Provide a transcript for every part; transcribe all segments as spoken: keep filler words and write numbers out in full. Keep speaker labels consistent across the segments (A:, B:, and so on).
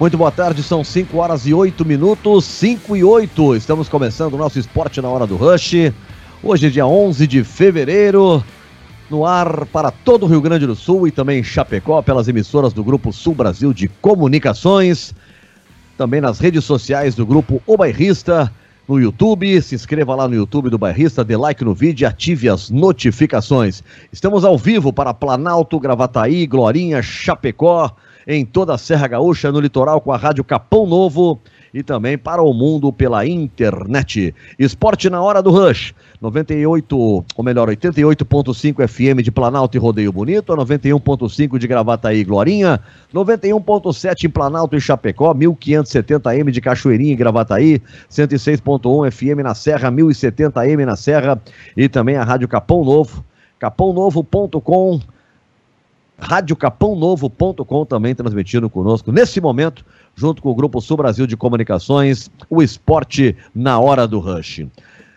A: Muito boa tarde, são cinco horas e oito minutos, cinco e oito. Estamos começando o nosso Esporte na Hora do Rush. Hoje é dia onze de fevereiro, no ar para todo o Rio Grande do Sul e também Chapecó, pelas emissoras do Grupo Sul Brasil de Comunicações. Também nas redes sociais do Grupo O Bairrista, no YouTube. Se inscreva lá no YouTube do Bairrista, dê like no vídeo e ative as notificações. Estamos ao vivo para Planalto, Gravataí, Glorinha, Chapecó, em toda a Serra Gaúcha, no litoral com a Rádio Capão Novo e também para o mundo pela internet. Esporte na Hora do Rush, noventa e oito, ou melhor, oitenta e oito ponto cinco F M de Planalto e Rodeio Bonito, noventa e um ponto cinco de Gravataí e Glorinha, noventa e um ponto sete em Planalto e Chapecó, mil quinhentos e setenta M de Cachoeirinha e Gravataí, cento e seis ponto um F M na Serra, mil e setenta M na Serra e também a Rádio Capão Novo, capão novo ponto com, rádio capão novo ponto com também transmitindo conosco nesse momento, junto com o Grupo Sul Brasil de Comunicações, o Esporte na Hora do Rush.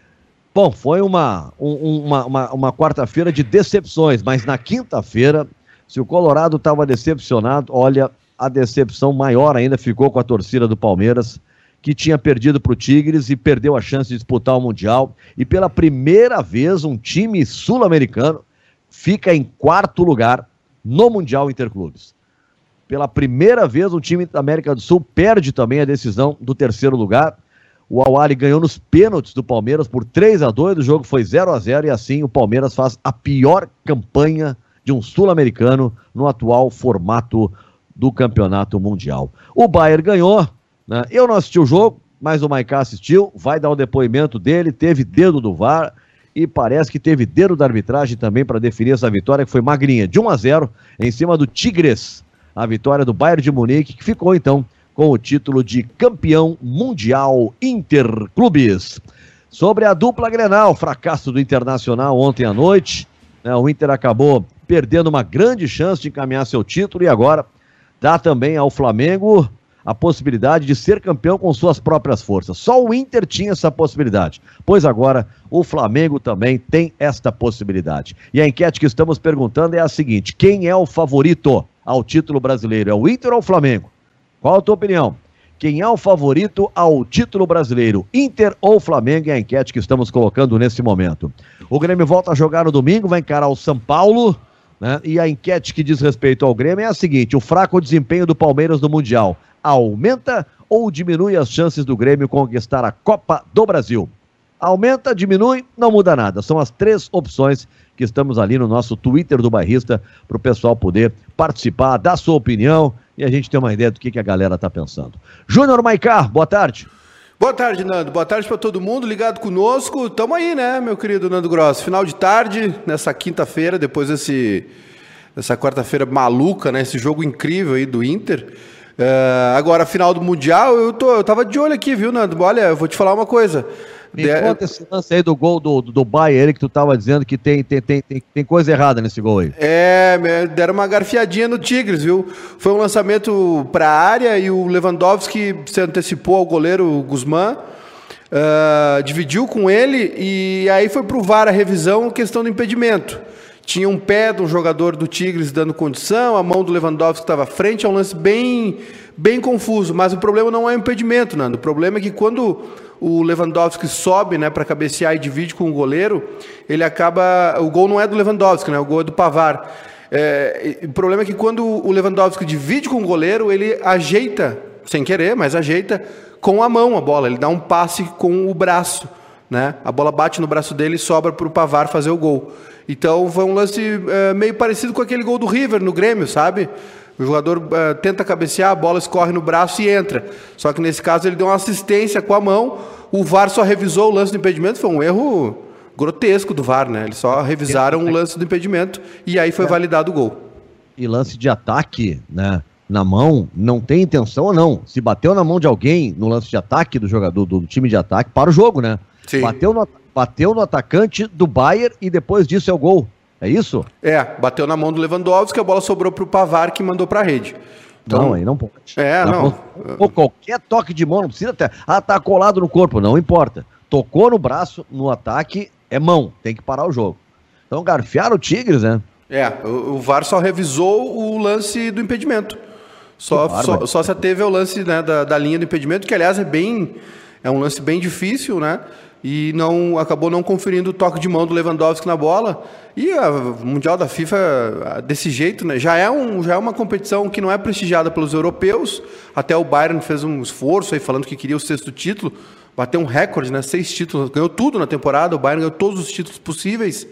A: Bom, foi uma, um, uma, uma, uma quarta-feira de decepções, mas na quinta-feira, se o Colorado estava decepcionado, olha, a decepção maior ainda ficou com a torcida do Palmeiras, que tinha perdido para o Tigres e perdeu a chance de disputar o Mundial, e pela primeira vez um time sul-americano fica em quarto lugar no Mundial Interclubes. Pela primeira vez, um time da América do Sul perde também a decisão do terceiro lugar. O Al-Ahly ganhou nos pênaltis do Palmeiras por três a dois, o jogo foi zero a zero e assim o Palmeiras faz a pior campanha de um sul-americano no atual formato do Campeonato Mundial. O Bayern ganhou, né? Eu não assisti o jogo, mas o Maiká assistiu, vai dar o depoimento dele, teve dedo do V A R, e parece que teve dedo da arbitragem também para definir essa vitória, que foi magrinha, de um a zero, em cima do Tigres. A vitória do Bayern de Munique, que ficou então com o título de campeão mundial Interclubes. Sobre a dupla Grenal, fracasso do Internacional ontem à noite, né, o Inter acabou perdendo uma grande chance de encaminhar seu título e agora dá também ao Flamengo a possibilidade de ser campeão com suas próprias forças. Só o Inter tinha essa possibilidade, pois agora o Flamengo também tem esta possibilidade. E a enquete que estamos perguntando é a seguinte: quem é o favorito ao título brasileiro? É o Inter ou o Flamengo? Qual a tua opinião? Quem é o favorito ao título brasileiro? Inter ou Flamengo? É a enquete que estamos colocando nesse momento. O Grêmio volta a jogar no domingo, vai encarar o São Paulo, né? E a enquete que diz respeito ao Grêmio é a seguinte: o fraco desempenho do Palmeiras no Mundial aumenta ou diminui as chances do Grêmio conquistar a Copa do Brasil? Aumenta, diminui, não muda nada. São as três opções que estamos ali no nosso Twitter do Bairrista para o pessoal poder participar, dar sua opinião e a gente ter uma ideia do que, que a galera está pensando. Júnior Maiká, boa tarde.
B: Boa tarde, Nando. Boa tarde para todo mundo ligado conosco. Tamo aí, né, meu querido Nando Gross? Final de tarde, nessa quinta-feira, depois desse, dessa quarta-feira maluca, né? Esse jogo incrível aí do Inter. Uh, agora, final do Mundial, eu, tô, eu tava de olho aqui, viu, Nando? Olha, eu vou te falar uma coisa.
A: Me de... conta esse lance aí do gol do, do, do Bayern, que tu tava dizendo que tem, tem, tem, tem, tem coisa errada nesse gol aí.
B: É, deram uma garfiadinha no Tigres, viu? Foi um lançamento pra área e o Lewandowski se antecipou ao goleiro Guzmán, uh, dividiu com ele e aí foi pro V A R a revisão, questão do impedimento. Tinha um pé de um jogador do Tigres dando condição, a mão do Lewandowski estava à frente, é um lance bem, bem confuso, mas o problema não é o impedimento, Nando. O problema é que quando o Lewandowski sobe, né, para cabecear e divide com o goleiro, ele acaba... O gol não é do Lewandowski, né, o gol é do Pavard. É, o problema é que quando o Lewandowski divide com o goleiro, ele ajeita, sem querer, mas ajeita com a mão a bola, ele dá um passe com o braço, né? A bola bate no braço dele e sobra para o Pavard fazer o gol. Então foi um lance uh, meio parecido com aquele gol do River no Grêmio, sabe? O jogador uh, tenta cabecear, a bola escorre no braço e entra. Só que nesse caso ele deu uma assistência com a mão, o V A R só revisou o lance do impedimento, foi um erro grotesco do V A R, né? Eles só revisaram o lance do impedimento e aí foi é. validado o gol.
A: E lance de ataque, né? Na mão, não tem intenção ou não. Se bateu na mão de alguém no lance de ataque do jogador do, do time de ataque, para o jogo, né? Sim. Bateu no, bateu no atacante do Bayern e depois disso é o gol. É isso?
B: É, bateu na mão do Lewandowski, a bola sobrou pro Pavard que mandou pra rede.
A: Então, não, aí não pode.
B: É, não. não.
A: Ou qualquer toque de mão, não precisa ter. Ah, tá colado no corpo, não importa. Tocou no braço, no ataque, é mão. Tem que parar o jogo. Então, garfiaram o Tigres, né?
B: É, o, o V A R só revisou o lance do impedimento. Só, só, só se ateve ao lance, né, da, da linha do impedimento, que aliás é bem, é um lance bem difícil, né? E não, acabou não conferindo o toque de mão do Lewandowski na bola. E o Mundial da FIFA, desse jeito, né, já, é um, já é uma competição que não é prestigiada pelos europeus. Até o Bayern fez um esforço aí falando que queria o sexto título, bateu um recorde, né, seis títulos, ganhou tudo na temporada, o Bayern ganhou todos os títulos possíveis.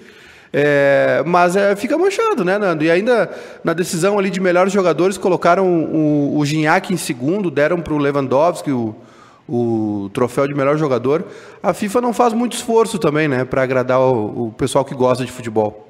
B: É, mas é, fica manchado, né, Nando? E ainda na decisão ali de melhores jogadores, colocaram o, o Gignac em segundo, deram para o Lewandowski o, o troféu de melhor jogador. A FIFA não faz muito esforço também, né, para agradar o, o pessoal que gosta de futebol.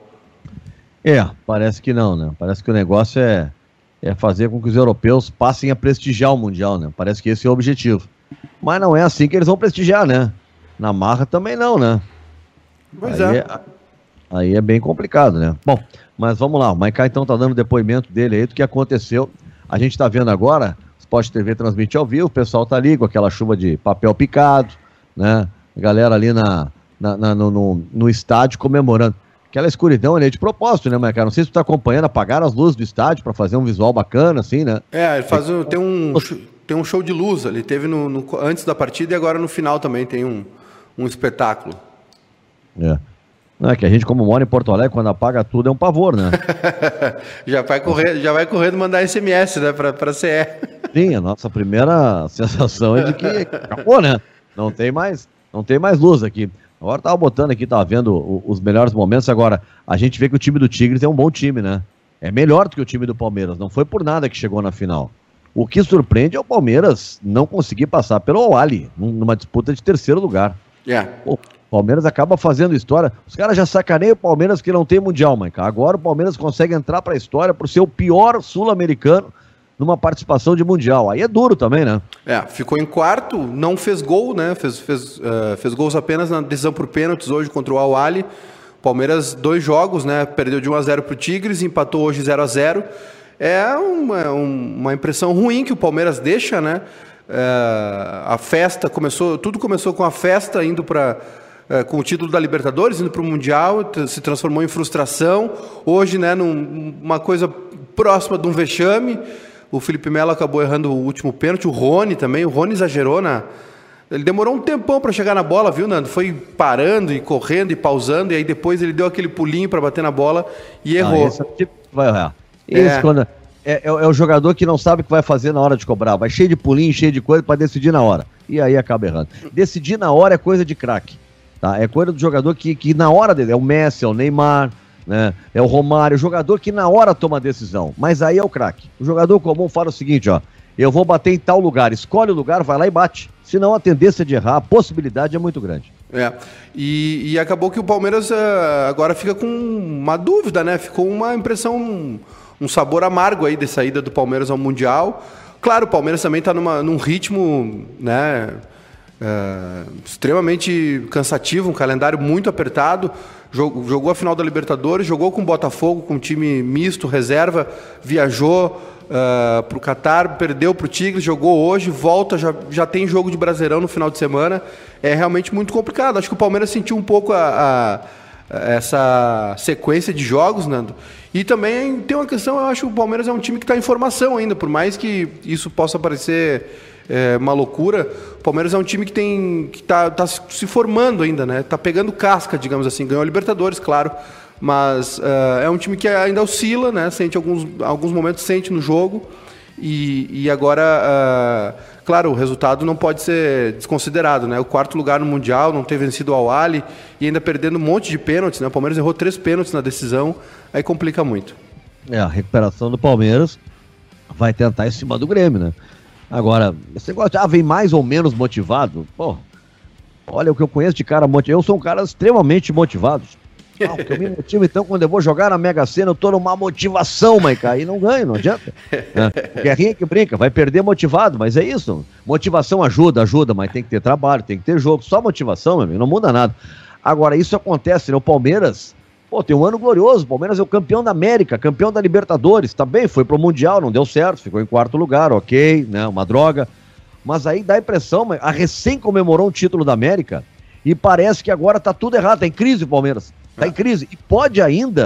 A: É, parece que não, né? Parece que o negócio é, é fazer com que os europeus passem a prestigiar o Mundial, né? Parece que esse é o objetivo. Mas não é assim que eles vão prestigiar, né? Na marra também não, né?
B: Pois
A: Aí
B: é.
A: é. Aí é bem complicado, né? Bom, mas vamos lá. O Maiká então tá dando depoimento dele aí do que aconteceu. A gente tá vendo agora, o Sport T V transmite ao vivo, o pessoal tá ali com aquela chuva de papel picado, né? A galera ali na, na, na no, no, no estádio comemorando. Aquela escuridão ali é de propósito, né, Maiká? Não sei se tu tá acompanhando, apagaram as luzes do estádio pra fazer um visual bacana, assim, né?
B: É, ele faz um, tem, um, tem um show de luz ali, teve no, no, antes da partida e agora no final também tem um, um espetáculo.
A: É. Não é que a gente, como mora em Porto Alegre, quando apaga tudo é um pavor, né?
B: já vai correr, já vai correndo mandar S M S, né, pra, pra C E.
A: Sim, a nossa primeira sensação é de que acabou, né? Não tem mais, não tem mais luz aqui. Agora tava botando aqui, tava vendo o, os melhores momentos. Agora, a gente vê que o time do Tigres é um bom time, né? É melhor do que o time do Palmeiras. Não foi por nada que chegou na final. O que surpreende é o Palmeiras não conseguir passar pelo Al-Ahly numa disputa de terceiro lugar.
B: Yeah.
A: Pô, o Palmeiras acaba fazendo história. Os caras já sacaneiam o Palmeiras que não tem Mundial, Maiká. Agora o Palmeiras consegue entrar pra história por ser o pior sul-americano numa participação de Mundial. Aí é duro também, né?
B: É, ficou em quarto, não fez gol, né? Fez, fez, uh, fez gols apenas na decisão por pênaltis hoje contra o Al-Ahly. Palmeiras, dois jogos, né? Perdeu de um a zero pro Tigres, empatou hoje zero a zero. É uma, uma impressão ruim que o Palmeiras deixa, né? É, a festa começou, tudo começou com a festa indo para é, com o título da Libertadores, indo para o Mundial, se transformou em frustração. Hoje, né, numa coisa próxima de um vexame. O Felipe Melo acabou errando o último pênalti, o Rony também, o Rony exagerou na... Ele demorou um tempão para chegar na bola, viu, Nando? Foi parando e correndo e pausando, e aí depois ele deu aquele pulinho para bater na bola e errou.
A: Ah, esse é o tipo que vai errar. Esse é. Quando... É, é, é o jogador que não sabe o que vai fazer na hora de cobrar, vai cheio de pulinho, cheio de coisa para decidir na hora, e aí acaba errando. Decidir na hora é coisa de craque, tá? É coisa do jogador que, que na hora dele, é o Messi, é o Neymar, né? É o Romário, o jogador que na hora toma a decisão, mas aí é o craque. O jogador comum fala o seguinte, ó, eu vou bater em tal lugar, escolhe o lugar, vai lá e bate, senão a tendência de errar, a possibilidade é muito grande.
B: É, e, e acabou que o Palmeiras uh, agora fica com uma dúvida, né? Ficou uma impressão... Um, um sabor amargo aí de saída do Palmeiras ao Mundial. Claro, o Palmeiras também está num ritmo, né, é, extremamente cansativo, um calendário muito apertado. Jogou, jogou a final da Libertadores, jogou com o Botafogo, com um time misto, reserva, viajou uh, para o Catar, perdeu para o Tigres, jogou hoje, volta, já, já tem jogo de Brasileirão no final de semana. É realmente muito complicado. Acho que o Palmeiras sentiu um pouco a... a essa sequência de jogos, Nando. E também tem uma questão, eu acho que o Palmeiras é um time que está em formação ainda, por mais que isso possa parecer é, uma loucura, o Palmeiras é um time que tem que está tá se formando ainda, né? Está pegando casca, digamos assim, ganhou a Libertadores, claro, mas uh, é um time que ainda oscila, né? Sente alguns, alguns momentos, sente no jogo, e, e agora... Uh, Claro, o resultado não pode ser desconsiderado, né? O quarto lugar no Mundial, não ter vencido o Al-Ahly e ainda perdendo um monte de pênaltis, né? O Palmeiras errou três pênaltis na decisão, aí complica muito.
A: É, a recuperação do Palmeiras vai tentar em cima do Grêmio, né? Agora, esse negócio de, ah, vem mais ou menos motivado, pô, olha o que eu conheço de cara motivado, eu sou um cara extremamente motivado. Ah, porque eu me motivo, então, quando eu vou jogar na Mega Sena, eu tô numa motivação, Maiká, aí não ganho, não adianta. É, guerrinha que brinca, vai perder motivado, mas é isso. Motivação ajuda, ajuda, mas tem que ter trabalho, tem que ter jogo. Só motivação, meu amigo, não muda nada. Agora, isso acontece, né? O Palmeiras, pô, tem um ano glorioso, o Palmeiras é o campeão da América, campeão da Libertadores, tá bem, foi pro Mundial, não deu certo, ficou em quarto lugar, ok, né, uma droga. Mas aí dá a impressão, a recém comemorou um título da América e parece que agora tá tudo errado, tá em crise o Palmeiras. Tá em crise. E pode ainda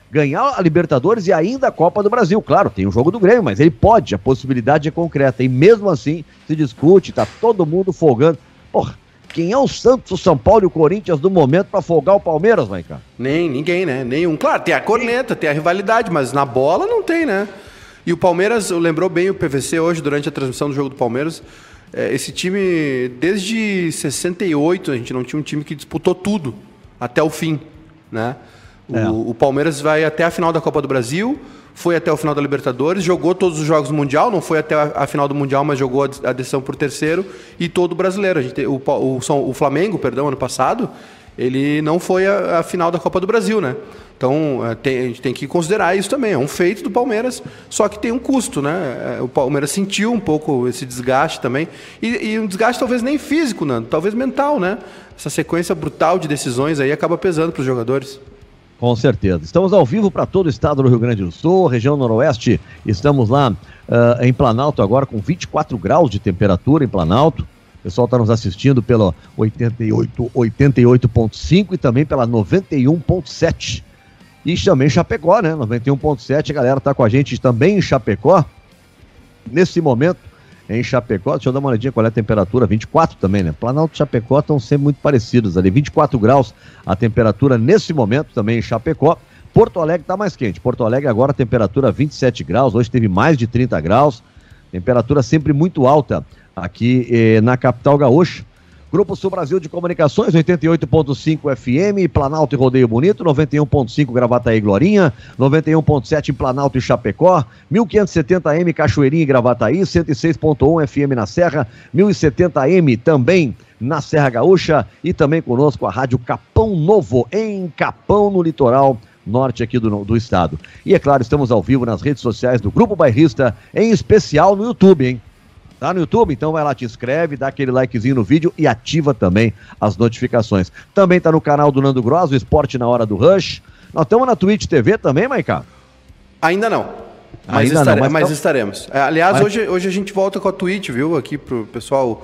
A: ganhar a Libertadores e ainda a Copa do Brasil. Claro, tem o jogo do Grêmio, mas ele pode, a possibilidade é concreta. E mesmo assim, se discute, tá todo mundo folgando. Porra, quem é o Santos, o São Paulo e o Corinthians do momento pra folgar o Palmeiras, vai, cara?
B: Nem, ninguém, né? Nenhum. Claro, tem a corneta, tem a rivalidade, mas na bola não tem, né? E o Palmeiras, lembrou bem o P V C hoje, durante a transmissão do jogo do Palmeiras, é, esse time, desde sessenta e oito, a gente não tinha um time que disputou tudo, até o fim, né? O, é. o Palmeiras vai até a final da Copa do Brasil, foi até o final da Libertadores, jogou todos os jogos do Mundial, não foi até a, a final do Mundial, mas jogou a, a decisão por terceiro, e todo o brasileiro. A gente, o, o, o Flamengo, perdão, ano passado, ele não foi a, a final da Copa do Brasil, né? Então, tem, a gente tem que considerar isso também. É um feito do Palmeiras, só que tem um custo, né? O Palmeiras sentiu um pouco esse desgaste também. E, e um desgaste talvez nem físico, Nando, talvez mental, né? Essa sequência brutal de decisões aí acaba pesando para os jogadores.
A: Com certeza. Estamos ao vivo para todo o estado do Rio Grande do Sul, região noroeste. Estamos lá uh, em Planalto agora com vinte e quatro graus de temperatura em Planalto. O pessoal está nos assistindo pela oitenta e oito ponto cinco e também pela noventa e um ponto sete. E também Chapecó, né? noventa e um ponto sete, a galera tá com a gente também em Chapecó. Nesse momento, em Chapecó, deixa eu dar uma olhadinha qual é a temperatura, vinte e quatro também, né? Planalto e Chapecó estão sempre muito parecidos ali, vinte e quatro graus a temperatura nesse momento também em Chapecó. Porto Alegre tá mais quente, Porto Alegre agora temperatura vinte e sete graus, hoje teve mais de trinta graus, temperatura sempre muito alta aqui eh, na capital gaúcha. Grupo Sul Brasil de Comunicações, oitenta e oito ponto cinco F M, Planalto e Rodeio Bonito, noventa e um ponto cinco Gravataí e Glorinha, noventa e um ponto sete em Planalto e Chapecó, mil quinhentos e setenta A M Cachoeirinha e Gravataí, cento e seis ponto um F M na Serra, mil e setenta A M também na Serra Gaúcha e também conosco a Rádio Capão Novo, em Capão, no litoral norte aqui do, do estado. E é claro, estamos ao vivo nas redes sociais do Grupo Bairrista, em especial no YouTube, hein? Tá no YouTube? Então vai lá, te inscreve, dá aquele likezinho no vídeo e ativa também as notificações. Também tá no canal do Nando Gross, o Esporte na Hora do Rush. Nós estamos na Twitch T V também, Maiká?
B: Ainda não. Mas,
A: Ainda
B: estare...
A: não, mas,
B: mas
A: então...
B: estaremos. Aliás,
A: mas...
B: hoje, hoje a gente volta com a Twitch, viu? Aqui pro pessoal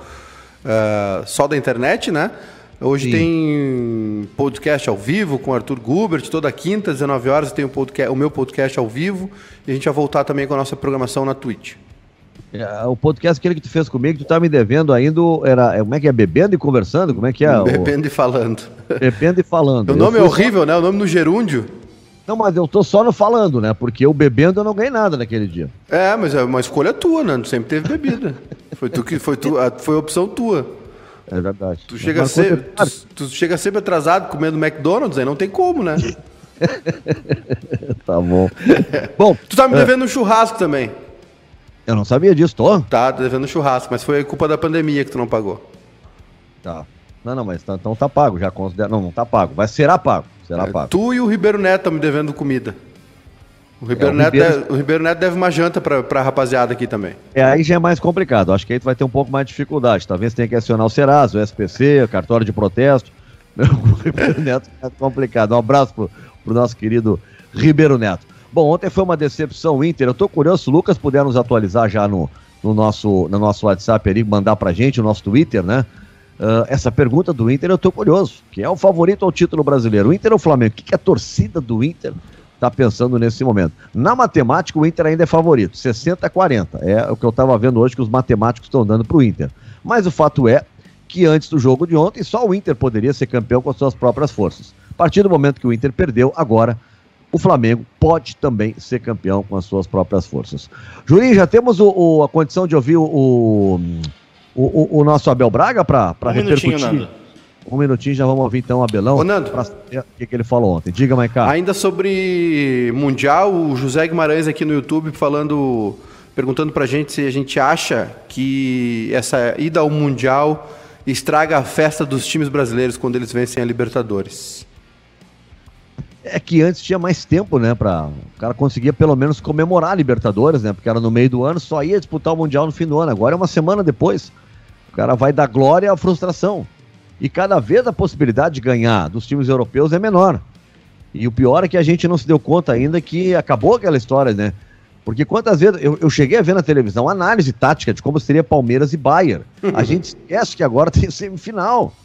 B: uh, só da internet, né? Hoje Sim. tem podcast ao vivo com o Arthur Gubert, toda quinta, às dezenove horas, tem o, podcast, o meu podcast ao vivo. E a gente vai voltar também com a nossa programação na Twitch.
A: É, o podcast aquele que tu fez comigo, tu tá me devendo ainda, era, como é que é, Bebendo e Conversando? Como é que é?
B: Bebendo o... e Falando.
A: Bebendo e Falando.
B: O nome é horrível, só... né? O nome no gerúndio.
A: Não, mas eu tô só no falando, né? Porque eu bebendo eu não ganhei nada naquele dia.
B: É, mas é uma escolha tua, né? Tu sempre teve bebida. Foi, tu que, foi, tu, foi a opção tua.
A: É verdade.
B: Tu chega, sempre, tu, tu chega sempre atrasado comendo McDonald's, aí não tem como, né?
A: Tá bom. Bom,
B: tu tá me devendo é... um churrasco também.
A: Eu não sabia disso, tô?
B: Tá, tô devendo churrasco, mas foi culpa da pandemia que tu não pagou.
A: Tá. Não, não, mas tá, então tá pago, já considera. Não, não tá pago. Vai será pago. Será
B: é,
A: pago.
B: Tu e o Ribeiro Neto estão me devendo comida. O Ribeiro, é, o, Neto Ribeiro... Deve, o Ribeiro Neto deve uma janta pra, pra rapaziada aqui também.
A: É, aí já é mais complicado. Acho que aí tu vai ter um pouco mais de dificuldade. Talvez tenha que acionar o Serasa, o S P C, o cartório de protesto. O Ribeiro Neto é complicado. Um abraço pro, pro nosso querido Ribeiro Neto. Bom, ontem foi uma decepção o Inter. Eu tô curioso, se o Lucas puder nos atualizar já no, no, nosso, no nosso WhatsApp ali, mandar pra gente, o nosso Twitter, né? Uh, essa pergunta do Inter eu tô curioso. Quem é o favorito ao título brasileiro? O Inter ou o Flamengo? O que, que a torcida do Inter tá pensando nesse momento? Na matemática, o Inter ainda é favorito. sessenta a quarenta. É o que eu tava vendo hoje que os matemáticos estão dando pro Inter. Mas o fato é que antes do jogo de ontem, só o Inter poderia ser campeão com as suas próprias forças. A partir do momento que o Inter perdeu, agora o Flamengo pode também ser campeão com as suas próprias forças. Julinho, já temos o, o, a condição de ouvir o, o, o, o nosso Abel Braga para um repercutir? Nando. Um minutinho, já vamos ouvir então o Abelão.
B: Ô, Nando,
A: pra saber o que, que ele falou ontem. Diga, Maiká.
B: Ainda sobre Mundial, o José Guimarães aqui no YouTube falando, perguntando pra gente se a gente acha que essa ida ao Mundial estraga a festa dos times brasileiros quando eles vencem a Libertadores.
A: É que antes tinha mais tempo, né, pra... o cara conseguia pelo menos comemorar a Libertadores, né, porque era no meio do ano, só ia disputar o Mundial no fim do ano, agora é uma semana depois, o cara vai da glória à frustração, e cada vez a possibilidade de ganhar dos times europeus é menor, e o pior é que a gente não se deu conta ainda que acabou aquela história, né, porque quantas vezes, eu, eu cheguei a ver na televisão análise tática de como seria Palmeiras e Bayern, a gente esquece que agora tem semifinal.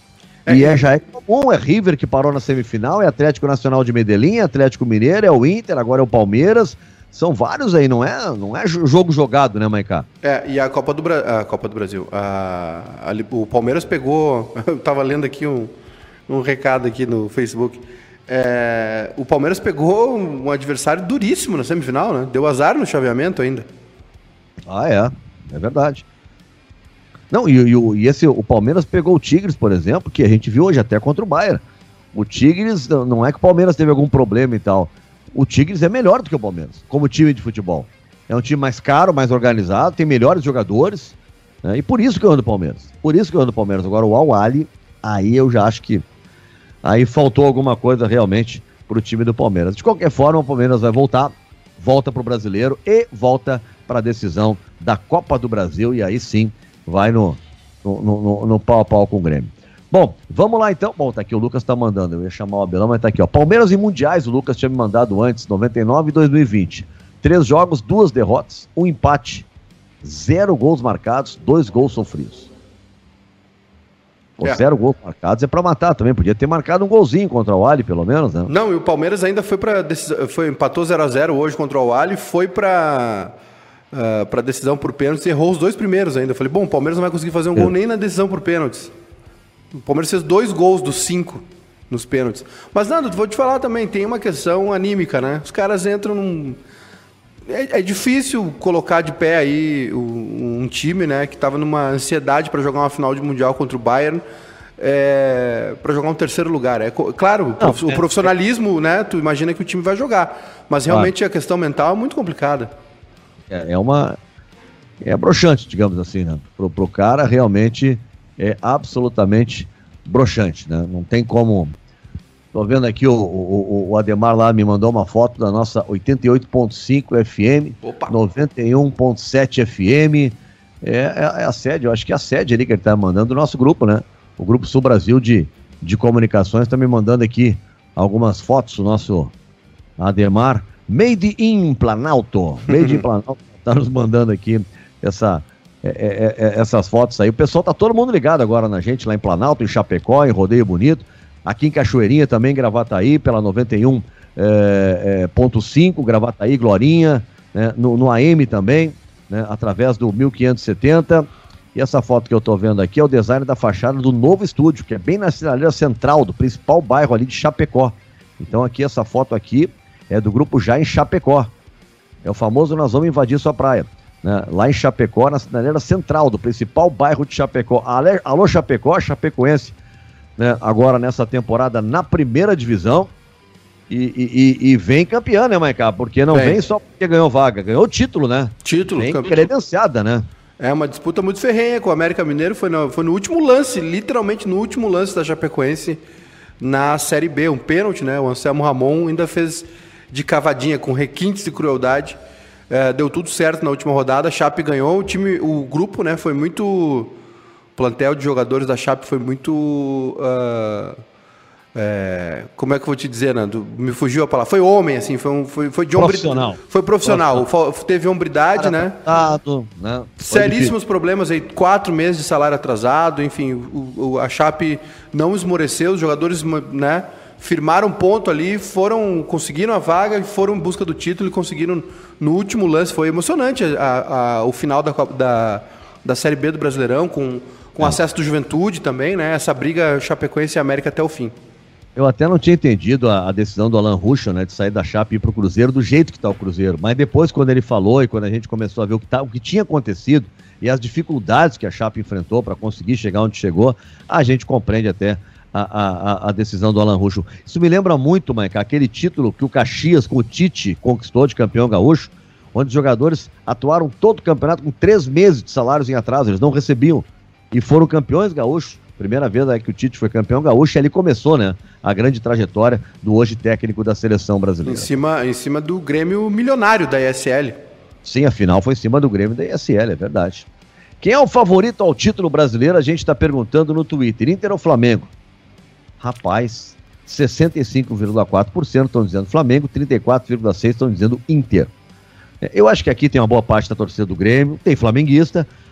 A: É, e é, já é comum, é River que parou na semifinal, é Atlético Nacional de Medellín, é Atlético Mineiro, é o Inter, agora é o Palmeiras. São vários aí, não é, não é jogo jogado, né, Maicá?
B: É, e a Copa do, Bra... a Copa do Brasil, a... A... o Palmeiras pegou, eu tava lendo aqui um, um recado aqui no Facebook, é... o Palmeiras pegou um adversário duríssimo na semifinal, né? Deu azar no chaveamento ainda.
A: Ah, é, é verdade. Não, e, e, e esse, o Palmeiras pegou o Tigres, por exemplo, que a gente viu hoje até contra o Bayern. O Tigres, não é que o Palmeiras teve algum problema e tal. O Tigres é melhor do que o Palmeiras, como time de futebol. É um time mais caro, mais organizado, tem melhores jogadores, né? E por isso que eu ando do Palmeiras. Por isso que eu ando do Palmeiras. Agora o Al-Ahly, aí eu já acho que aí faltou alguma coisa realmente pro time do Palmeiras. De qualquer forma, o Palmeiras vai voltar, volta pro Brasileiro e volta para a decisão da Copa do Brasil, e aí sim vai no, no, no, no pau a pau com o Grêmio. Bom, vamos lá então. Bom, tá aqui, o Lucas tá mandando, eu ia chamar o Abelão, mas tá aqui, ó. Palmeiras e Mundiais, o Lucas tinha me mandado antes, noventa e nove e dois mil e vinte. Três jogos, duas derrotas, um empate, zero gols marcados, dois gols sofridos. Pô, é. Zero gols marcados é pra matar também, podia ter marcado um golzinho contra o Al-Ahly, pelo menos, né?
B: Não, e o Palmeiras ainda foi pra decisão, foi, empatou zero a zero hoje contra o Al-Ahly, foi pra... Uh, para decisão por pênaltis, errou os dois primeiros ainda. Eu falei, bom, o Palmeiras não vai conseguir fazer um é. gol nem na decisão por pênaltis. O Palmeiras fez dois gols dos cinco nos pênaltis. Mas, Nando, vou te falar também, tem uma questão anímica, né? Os caras entram num... É, é difícil colocar de pé aí um, um time, né, que estava numa ansiedade para jogar uma final de Mundial contra o Bayern, é, para jogar um terceiro lugar. É, claro, não, o profissionalismo, é... né, tu imagina que o time vai jogar, mas realmente ah. a questão mental é muito complicada.
A: É, é uma... É broxante, digamos assim, né? Pro, pro cara realmente é absolutamente broxante, né? Não tem como... Tô vendo aqui, o, o, o Ademar lá me mandou uma foto da nossa oitenta e oito ponto cinco F M, Opa. noventa e um ponto sete F M, é, é, é a sede, eu acho que é a sede ali que ele tá mandando do nosso grupo, né? O Grupo Sul Brasil de, de Comunicações tá me mandando aqui algumas fotos, o nosso Ademar, Made in Planalto, Made in Planalto, tá nos mandando aqui essa... É, é, é, essas fotos aí. O pessoal tá todo mundo ligado agora na gente, lá em Planalto, em Chapecó, em Rodeio Bonito, aqui em Cachoeirinha também, Gravataí, pela noventa e um ponto cinco, Gravataí, Glorinha, né, no, no A M também, né, através do mil quinhentos e setenta. E essa foto que eu tô vendo aqui é o design da fachada do novo estúdio, que é bem na sinaleira central do principal bairro ali de Chapecó. Então aqui, essa foto aqui é do grupo já em Chapecó. É o famoso Nós Vamos Invadir Sua Praia. Né, lá em Chapecó, na sinaleira central do principal bairro de Chapecó. Ale, alô Chapecó, chapecoense, né, agora nessa temporada na primeira divisão e, e, e vem campeã, né, Maicá? Porque não vem. vem só porque ganhou vaga, ganhou título, né?
B: Título.
A: Vem credenciada, né?
B: É uma disputa muito ferrenha com o América Mineiro, foi no, foi no último lance, literalmente no último lance da Chapecoense na Série B, um pênalti, né? O Anselmo Ramon ainda fez de cavadinha com requintes de crueldade. É, deu tudo certo na última rodada, a Chape ganhou, o time, o grupo, né, foi muito, o plantel de jogadores da Chape foi muito, uh, é, como é que eu vou te dizer, Nando? Me fugiu a palavra, foi homem, assim, foi, um, foi, foi de
A: profissional.
B: Hombri... Foi profissional, profissional. Teve hombridade, cara, né? Atrasado, né? Seríssimos problemas aí, quatro meses de salário atrasado, enfim, o, o, a Chape não esmoreceu, os jogadores, né, firmaram ponto ali, foram, conseguiram a vaga, foram em busca do título e conseguiram no último lance. Foi emocionante a, a, o final da, da, da Série B do Brasileirão, com, com é. acesso do Juventude também, né? Essa briga Chapecoense e América até o fim.
A: Eu até não tinha entendido a, a decisão do Alan Ruschel, né, de sair da Chape e ir pro Cruzeiro do jeito que está o Cruzeiro, mas depois, quando ele falou e quando a gente começou a ver o que, tá, o que tinha acontecido e as dificuldades que a Chape enfrentou para conseguir chegar onde chegou, a gente compreende até A, a, a decisão do Alan Ruschel. Isso me lembra muito, Maica, aquele título que o Caxias com o Tite conquistou de campeão gaúcho, onde os jogadores atuaram todo o campeonato com três meses de salários em atraso, eles não recebiam, e foram campeões gaúchos. Primeira vez aí que o Tite foi campeão gaúcho, e ali começou, né, a grande trajetória do hoje técnico da seleção brasileira.
B: Em cima, em cima do Grêmio milionário da E S L.
A: Sim, a final foi em cima do Grêmio da E S L, é verdade. Quem é o favorito ao título brasileiro? A gente está perguntando no Twitter. Inter ou Flamengo? Rapaz, sessenta e cinco vírgula quatro por cento estão dizendo Flamengo, trinta e quatro vírgula seis por cento estão dizendo Inter. Eu acho que aqui tem uma boa parte da torcida do Grêmio, tem flamenguista,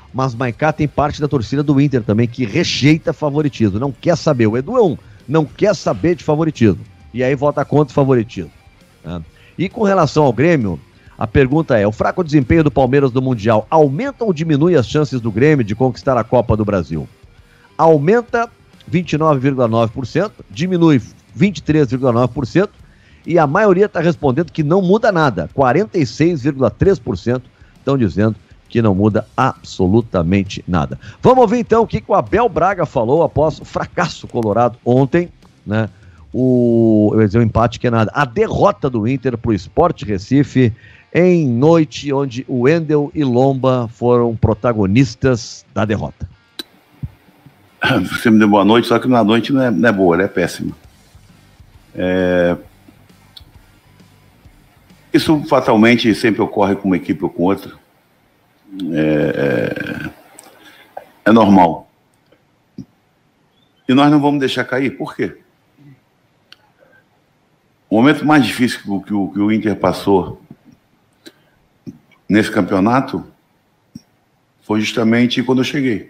A: mas Maicá tem parte da torcida do Inter também que rejeita favoritismo, não quer saber. O Edu é um, não quer saber de favoritismo. E aí vota contra o favoritismo. Né? E com relação ao Grêmio, a pergunta é, o fraco desempenho do Palmeiras no Mundial aumenta ou diminui as chances do Grêmio de conquistar a Copa do Brasil? Aumenta vinte e nove vírgula nove por cento, diminui vinte e três vírgula nove por cento e a maioria está respondendo que não muda nada. quarenta e seis vírgula três por cento estão dizendo que não muda absolutamente nada. Vamos ouvir então o que, que o Abel Braga falou após o fracasso colorado ontem, né? O, eu ia dizer o empate que é nada, a derrota do Inter para o Sport Recife em noite onde o Wendel e Lomba foram protagonistas da derrota.
C: Você me deu boa noite, só que na noite não é, não é boa, ela é péssima. É... Isso fatalmente sempre ocorre com uma equipe ou com outra. É, é... é normal. E nós não vamos deixar cair. Por quê? O momento mais difícil que o, que o, que o Inter passou nesse campeonato foi justamente quando eu cheguei.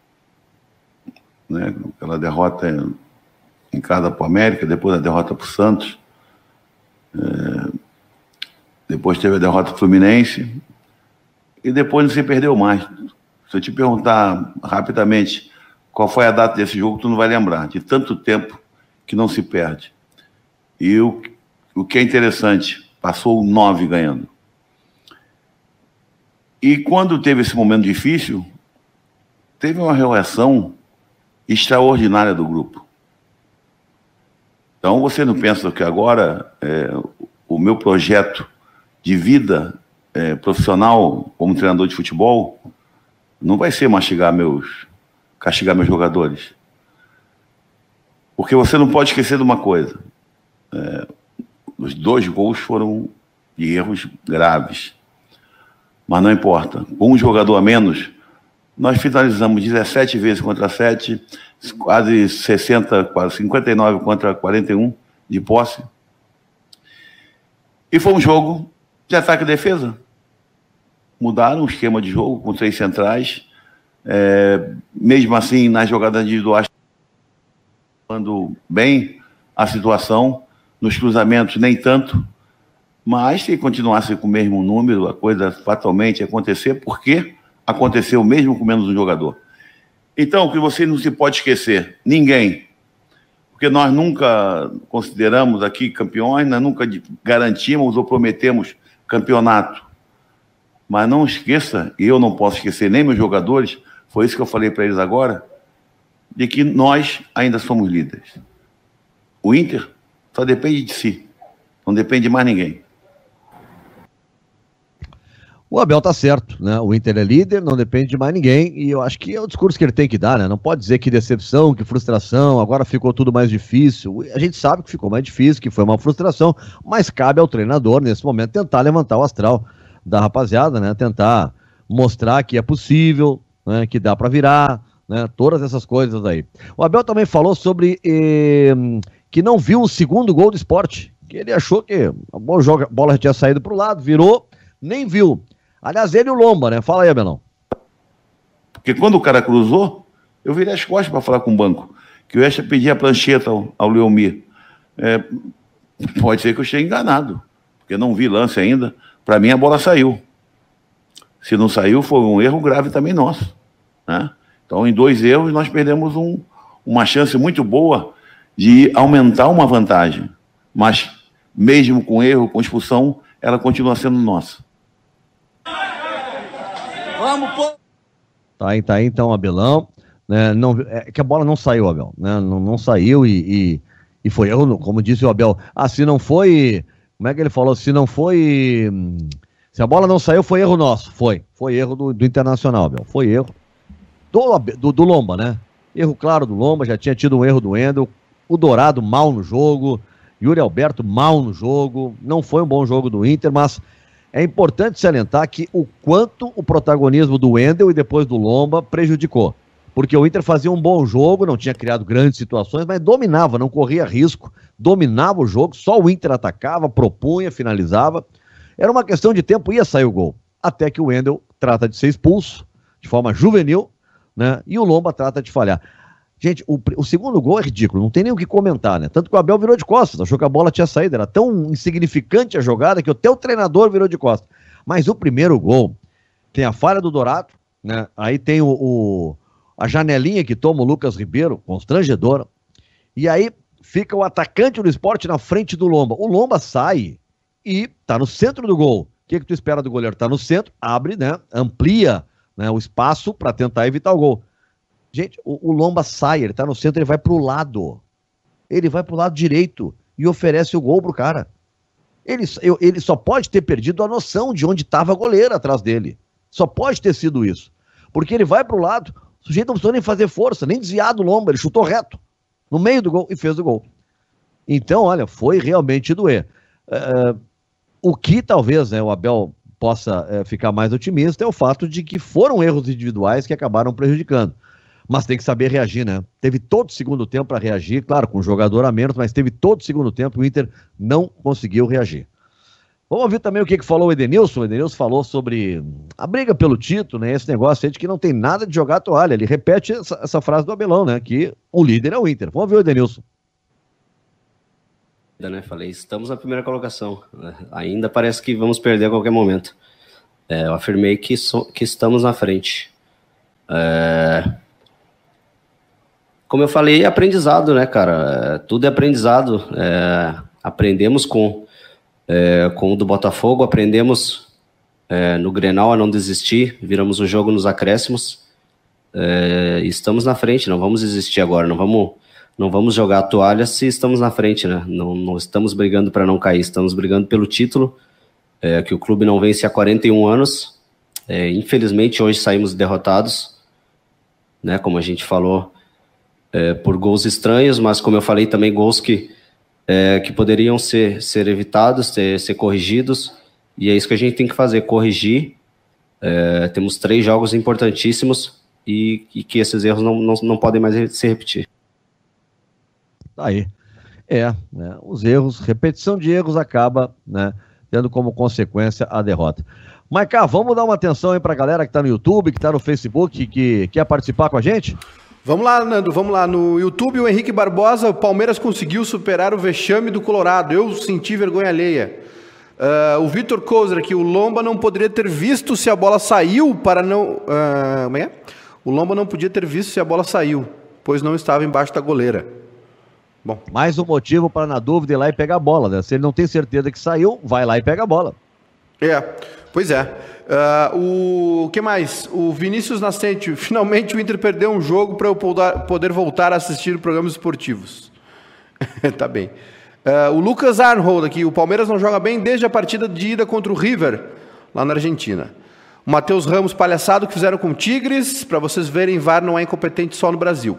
C: Né? Aquela derrota em, em casa para o América, depois a derrota para o Santos, é, depois teve a derrota para o Fluminense e depois não se perdeu mais. Se eu te perguntar rapidamente qual foi a data desse jogo, tu não vai lembrar, de tanto tempo que não se perde. E o, o que é interessante, passou nove ganhando. E quando teve esse momento difícil, teve uma reação extraordinária do grupo. Então você não pensa que agora é, o meu projeto de vida é, profissional como treinador de futebol não vai ser mastigar meus, castigar meus jogadores. Porque você não pode esquecer de uma coisa. É, os dois gols foram de erros graves. Mas não importa. Com um jogador a menos, nós finalizamos dezessete vezes contra sete, quase sessenta, quase cinquenta e nove contra quarenta e um de posse. E foi um jogo de ataque e defesa. Mudaram o esquema de jogo com três centrais. É, mesmo assim, nas jogadas individuais, falando bem a situação. Nos cruzamentos, nem tanto. Mas se continuasse com o mesmo número, a coisa fatalmente ia acontecer, porque aconteceu mesmo com menos um jogador. Então, o que você não se pode esquecer, ninguém, porque nós nunca consideramos aqui campeões, nós nunca garantimos ou prometemos campeonato. Mas não esqueça, e eu não posso esquecer nem meus jogadores, foi isso que eu falei para eles agora, de que nós ainda somos líderes. O Inter só depende de si, não depende de mais ninguém.
A: O Abel tá certo, né? O Inter é líder, não depende de mais ninguém, e eu acho que é o discurso que ele tem que dar, né? Não pode dizer que decepção, que frustração, agora ficou tudo mais difícil. A gente sabe que ficou mais difícil, que foi uma frustração, mas cabe ao treinador, nesse momento, tentar levantar o astral da rapaziada, né? Tentar mostrar que é possível, né? Que dá para virar, né? Todas essas coisas aí. O Abel também falou sobre eh, que não viu o segundo gol do Sport, que ele achou que a bola já tinha saído pro lado, virou, nem viu. Aliás, ele e o Lomba, né? Fala aí, Abelão.
C: Porque quando o cara cruzou, eu virei as costas para falar com o banco, que eu ia pedir a prancheta ao, ao Leomir. É, pode ser que eu esteja enganado, porque não vi lance ainda. Para mim, a bola saiu. Se não saiu, foi um erro grave também nosso. Né? Então, em dois erros, nós perdemos um, uma chance muito boa de aumentar uma vantagem. Mas, mesmo com erro, com expulsão, ela continua sendo nossa.
A: Vamos, pô! Tá aí, tá aí, então, Abelão. Né, não, é que a bola não saiu, Abel. Né, não, não saiu e, e, e foi erro, como disse o Abel. Ah, se não foi... Como é que ele falou? Se não foi... Se a bola não saiu, foi erro nosso. Foi. Foi erro do, do Internacional, Abel. Foi erro do, do, do Lomba, né? Erro claro do Lomba, já tinha tido um erro do Wendel. O Dourado mal no jogo. Yuri Alberto mal no jogo. Não foi um bom jogo do Inter, mas é importante salientar que o quanto o protagonismo do Wendel e depois do Lomba prejudicou. Porque o Inter fazia um bom jogo, não tinha criado grandes situações, mas dominava, não corria risco, dominava o jogo, só o Inter atacava, propunha, finalizava. Era uma questão de tempo, ia sair o gol. Até que o Wendel trata de ser expulso, de forma juvenil, né? E o Lomba trata de falhar. Gente, o, o segundo gol é ridículo, não tem nem o que comentar, né? Tanto que o Abel virou de costas, achou que a bola tinha saído, era tão insignificante a jogada que até o treinador virou de costas. Mas o primeiro gol, tem a falha do Dourado, né? Aí tem o, o, a janelinha que toma o Lucas Ribeiro, constrangedora, e aí fica o atacante do Sport na frente do Lomba. O Lomba sai e tá no centro do gol. O que que tu espera do goleiro? Tá no centro, abre, né? Amplia, né, o espaço para tentar evitar o gol. Gente, o, o Lomba sai, ele tá no centro, ele vai pro lado. Ele vai pro lado direito e oferece o gol pro cara. Ele, ele só pode ter perdido a noção de onde estava a goleira atrás dele. Só pode ter sido isso. Porque ele vai pro lado, o sujeito não precisou nem fazer força, nem desviar do Lomba, ele chutou reto, no meio do gol, e fez o gol. Então, olha, foi realmente doer. Uh, o que talvez, né, o Abel possa uh, ficar mais otimista é o fato de que foram erros individuais que acabaram prejudicando. Mas tem que saber reagir, né? Teve todo o segundo tempo para reagir, claro, com um jogador a menos, mas teve todo o segundo tempo e o Inter não conseguiu reagir. Vamos ouvir também o que, que falou o Edenilson. O Edenilson falou sobre a briga pelo título, né? Esse negócio aí de que não tem nada de jogar a toalha. Ele repete essa, essa frase do Abelão, né? Que o líder é o Inter. Vamos ver o Edenilson.
D: Né? Falei, estamos na primeira colocação. Ainda parece que vamos perder a qualquer momento. É, eu afirmei que, so, que estamos na frente. É... Como eu falei, é aprendizado, né, cara? É, tudo é aprendizado. É, aprendemos com, é, com o do Botafogo, aprendemos é, no Grenal a não desistir, viramos o jogo nos acréscimos. É, estamos na frente, não vamos desistir agora, não vamos, não vamos jogar a toalha se estamos na frente, né? Não, não estamos brigando para não cair, estamos brigando pelo título, é, que o clube não vence há quarenta e um anos. É, infelizmente, hoje saímos derrotados, né? Como a gente falou, É, por gols estranhos, mas como eu falei também, gols que, é, que poderiam ser, ser evitados, ser, ser corrigidos, e é isso que a gente tem que fazer, corrigir. É, temos três jogos importantíssimos e, e que esses erros não, não, não podem mais se repetir.
A: Aí, é, né, os erros, repetição de erros acaba, né, tendo como consequência a derrota. Maiká, vamos dar uma atenção aí pra galera que tá no YouTube, que tá no Facebook, que, que quer participar com a gente?
B: Vamos lá, Nando, vamos lá. No YouTube, o Henrique Barbosa, o Palmeiras conseguiu superar o vexame do Colorado. Eu senti vergonha alheia. Uh, o Vitor Kozer aqui, o Lomba não poderia ter visto se a bola saiu para não... Uh, como é? O Lomba não podia ter visto se a bola saiu, pois não estava embaixo da goleira. Bom.
A: Mais um motivo para, na dúvida, ir lá e pegar a bola, né? Se ele não tem certeza que saiu, vai lá e pega a bola.
B: É, pois é. Uh, o que mais? O Vinícius Nascente. Finalmente o Inter perdeu um jogo para eu poder voltar a assistir programas esportivos. Tá bem. Uh, o Lucas Arnold aqui. O Palmeiras não joga bem desde a partida de ida contra o River, lá na Argentina. O Matheus Ramos, palhaçado que fizeram com o Tigres. Para vocês verem, V A R não é incompetente só no Brasil.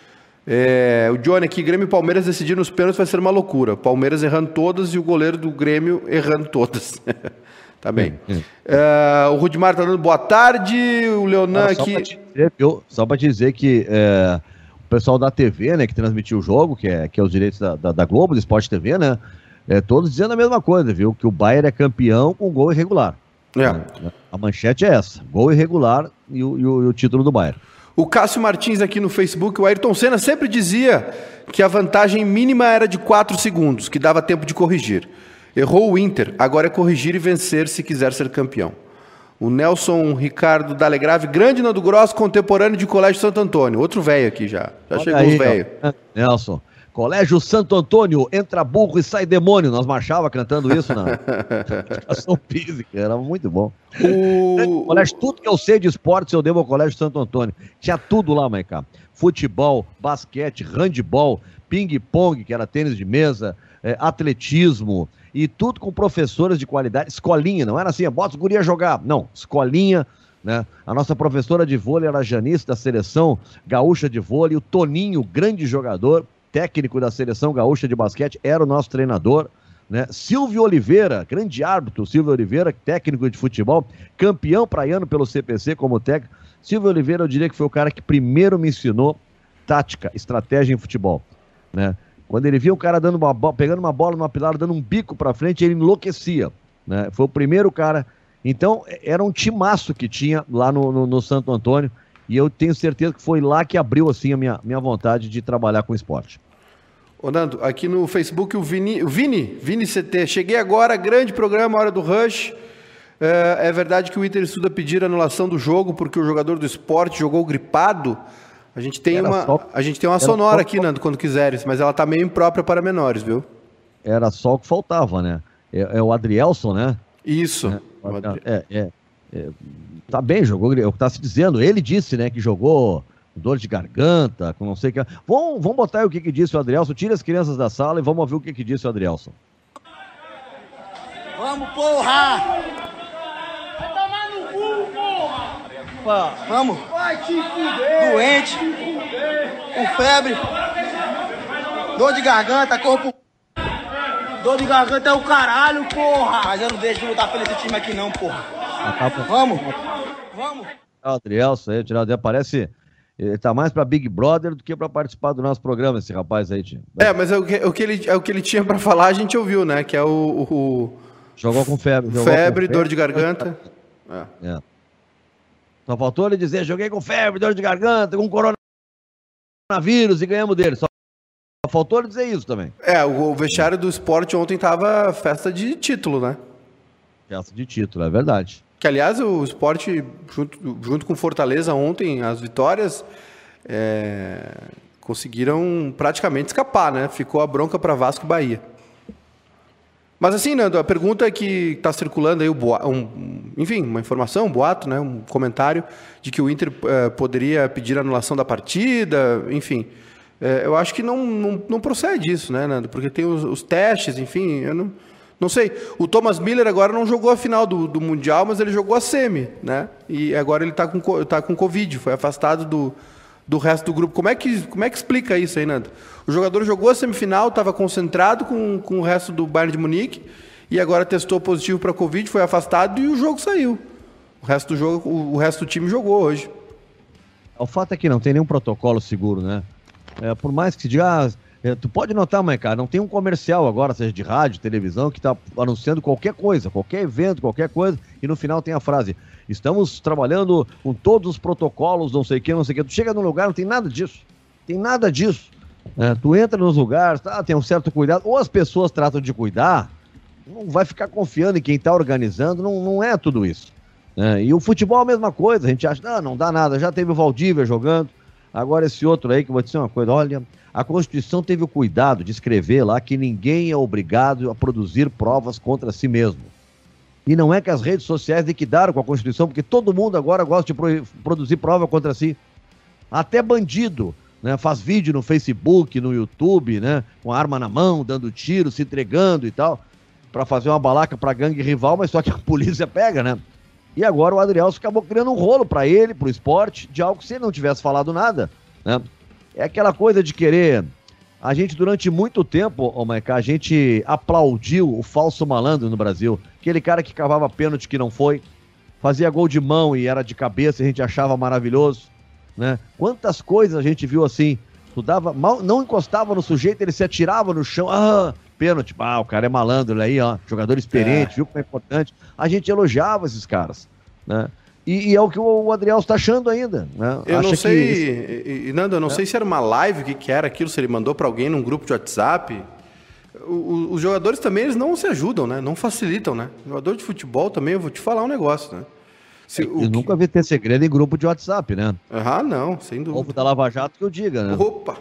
B: É, o Johnny aqui. Grêmio e Palmeiras decidiram os pênaltis, vai ser uma loucura. Palmeiras errando todas e o goleiro do Grêmio errando todas. Tá bem. Hum, hum. Uh, o Rudimar tá dando boa tarde. O Leonan aqui. Só pra te dizer, eu, só pra te dizer que é, o pessoal da T V, né, que transmitiu o jogo, que é, que é os direitos da, da, da Globo, do Sport T V, né? É, todos dizendo a mesma coisa, viu? Que o Bayern é campeão com gol irregular. É. A manchete é essa: gol irregular e o, e o, e o título do Bayern. O Cássio Martins aqui no Facebook, o Ayrton Senna sempre dizia que a vantagem mínima era de quatro segundos, que dava tempo de corrigir. Errou o Inter, agora é corrigir e vencer se quiser ser campeão. O Nelson Ricardo Dalegrave, grande Nando Gross, contemporâneo de Colégio Santo Antônio. Outro velho aqui já. Já Olha chegou aí, os velhos.
A: Nelson, Colégio Santo Antônio, entra burro e sai demônio. Nós marchava cantando isso na educação física, era muito bom. O... Colégio, tudo que eu sei de esportes eu devo ao Colégio Santo Antônio. Tinha tudo lá, Maiká. Futebol, basquete, handebol, ping-pong, que era tênis de mesa, é, atletismo... E tudo com professoras de qualidade, escolinha, não era assim, bota os guri a jogar, não, escolinha, né? A nossa professora de vôlei era a Janice, da seleção gaúcha de vôlei, o Toninho, grande jogador, técnico da seleção gaúcha de basquete, era o nosso treinador, né? Silvio Oliveira, grande árbitro, Silvio Oliveira, técnico de futebol, campeão praiano pelo C P C como técnico. Silvio Oliveira, eu diria que foi o cara que primeiro me ensinou tática, estratégia em futebol, né? Quando ele via o cara dando uma bola, pegando uma bola numa pilada, dando um bico pra frente, ele enlouquecia, né? Foi o primeiro cara Então, era um timaço que tinha lá no, no, no Santo Antônio, e eu tenho certeza que foi lá que abriu, assim, a minha, minha vontade de trabalhar com esporte.
B: Ô, Nando, aqui no Facebook, o Vini, o Vini, Vini C T, cheguei agora, grande programa, Hora do Rush. É, é verdade que o Inter estuda pedir anulação do jogo porque o jogador do esporte jogou gripado? A gente tem
A: Era
B: uma,
A: só-
B: a gente tem uma
A: era
B: sonora
A: só-
B: aqui, Nando, quando quiseres, mas ela tá meio imprópria para menores, viu?
A: Era só o que faltava, né? É, é o Adrielson, né?
B: Isso.
A: É, é, é, tá bem, jogou, é o que tá se dizendo. Ele disse, né, que jogou com dor de garganta, com não sei o que. Vamos, vamos botar aí o que, que disse o Adrielson. Tira as crianças da sala e vamos ouvir o que, que disse o Adrielson.
E: Vamos, porra! Vai tomar no cu, porra! Vamos! Vai te fuder! Doente! Com febre! Dor de garganta, corpo... Dor de garganta é o caralho, porra! Mas eu não deixo de lutar pelo esse time aqui não, porra! Vamos! Vamos!
A: O Adrielson aí, o Adrielson, parece... Ele tá mais pra Big Brother do que pra participar do nosso programa, esse rapaz aí, tio.
B: É, mas é o que, o que ele, é o que ele tinha para falar, a gente ouviu, né? Que é o... o,
A: Jogou com febre.
B: o
A: jogou
B: febre,
A: com
B: dor de garganta. É.
A: É. Só faltou ele dizer, joguei com febre, dor de garganta, com coronavírus e ganhamos dele. Só faltou ele dizer isso também.
B: É, o, o vestiário do esporte ontem tava festa de título, né?
A: Festa de título, é verdade.
B: Que, aliás, o esporte, junto, junto com Fortaleza ontem, as vitórias, é, conseguiram praticamente escapar, né? Ficou a bronca para Vasco e Bahia. Mas assim, Nando, a pergunta que está circulando aí, o boa, um, enfim, uma informação, um boato, né? Um comentário de que o Inter é, poderia pedir anulação da partida, enfim. É, eu acho que não, não, não procede isso, né, Nando? Porque tem os, os testes, enfim, eu não... Não sei, o Thomas Miller agora não jogou a final do, do Mundial, mas ele jogou a semi, né? E agora ele tá com, tá com Covid, foi afastado do, do resto do grupo. Como é, que, como é que explica isso aí, Nando? O jogador jogou a semifinal, estava concentrado com, com o resto do Bayern de Munique, e agora testou positivo para Covid, foi afastado e o jogo saiu. O resto do jogo, o, o resto do time jogou hoje.
A: O fato é que não tem nenhum protocolo seguro, né? É, por mais que se diga... Ah, é, tu pode notar, mãe, cara, não tem um comercial agora, seja de rádio, televisão, que tá anunciando qualquer coisa, qualquer evento, qualquer coisa, e no final tem a frase, estamos trabalhando com todos os protocolos, não sei o que, não sei o que. Tu chega num lugar, não tem nada disso. Tem nada disso. É, tu entra nos lugares, tá, tem um certo cuidado, ou as pessoas tratam de cuidar, não vai ficar confiando em quem tá organizando, não, não é tudo isso. É, e o futebol é a mesma coisa, a gente acha, não, não dá nada, já teve o Valdívia jogando, agora esse outro aí, que eu vou dizer uma coisa, olha... A Constituição teve o cuidado de escrever lá que ninguém é obrigado a produzir provas contra si mesmo. E não é que as redes sociais liquidaram com a Constituição, porque todo mundo agora gosta de pro- produzir prova contra si. Até bandido, né, faz vídeo no Facebook, no YouTube, né, com a arma na mão, dando tiro, se entregando e tal, para fazer uma balaca para gangue rival, mas só que a polícia pega, né? E agora o Adrielson acabou criando um rolo para ele, para o esporte, de algo que se ele não tivesse falado nada, né? É aquela coisa de querer... A gente, durante muito tempo, ô Maiká, a gente aplaudiu o falso malandro no Brasil. Aquele cara que cavava pênalti que não foi, fazia gol de mão e era de cabeça, a gente achava maravilhoso, né? Quantas coisas a gente viu assim, tu dava, mal, não encostava no sujeito, ele se atirava no chão, ah, pênalti, ah, o cara é malandro, ele aí, ó, jogador experiente, é. Viu como é importante. A gente elogiava esses caras, né? E, e é o que o Adrielson está achando ainda, né?
B: Eu
A: Acha
B: não sei,
A: que...
B: e, e, Nando, eu não é. sei se era uma live, o que, que era aquilo, se ele mandou para alguém num grupo de WhatsApp. O, o, os jogadores também, eles não se ajudam, né? Não facilitam, né? O jogador de futebol também, eu vou te falar um negócio, né?
A: Se, eu o nunca que... vi ter segredo em grupo de WhatsApp, né?
B: Ah, não, sem dúvida. O
A: povo da Lava Jato que eu diga, né?
B: Opa!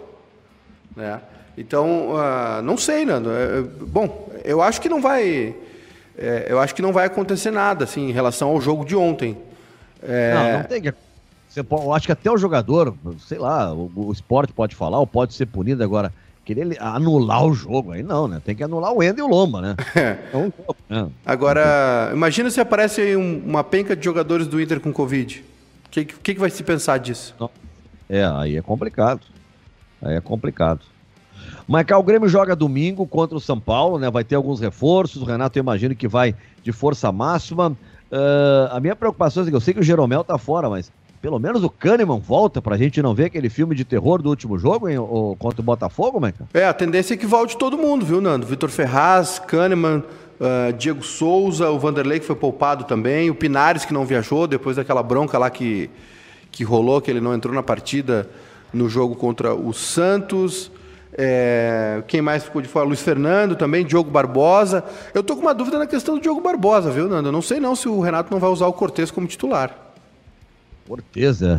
B: É. Então, uh, não sei, Nando. É, bom, eu acho que não vai... É, eu acho que não vai acontecer nada, assim, em relação ao jogo de ontem. É...
A: Não, não tem que... Você pode, eu acho que até o jogador, sei lá, o, o esporte pode falar, ou pode ser punido agora, querer anular o jogo, aí não, né? Tem que anular o Ender e o Lomba, né? É. Então,
B: é. Agora, imagina se aparece aí um, uma penca de jogadores do Inter com Covid. O que, que, que vai se pensar disso?
A: É, aí é complicado. Aí é complicado. Mas cá, o Grêmio joga domingo contra o São Paulo, né? Vai ter alguns reforços, o Renato eu imagino que vai de força máxima. Uh, a minha preocupação é que eu sei que o Jeromel tá fora, mas pelo menos o Kahneman volta pra gente não ver aquele filme de terror do último jogo hein, ou, contra o Botafogo, Maica?
B: É, a tendência é que volte todo mundo, viu, Nando? Vitor Ferraz, Kahneman, Uh, Diego Souza, o Vanderlei que foi poupado também, o Pinares que não viajou depois daquela bronca lá que, que rolou, que ele não entrou na partida no jogo contra o Santos. É, quem mais ficou de fora? Luiz Fernando também, Diogo Barbosa. Eu tô com uma dúvida na questão do Diogo Barbosa, viu, Nando? Eu não sei não se o Renato não vai usar o Cortez como titular.
A: Cortez, é.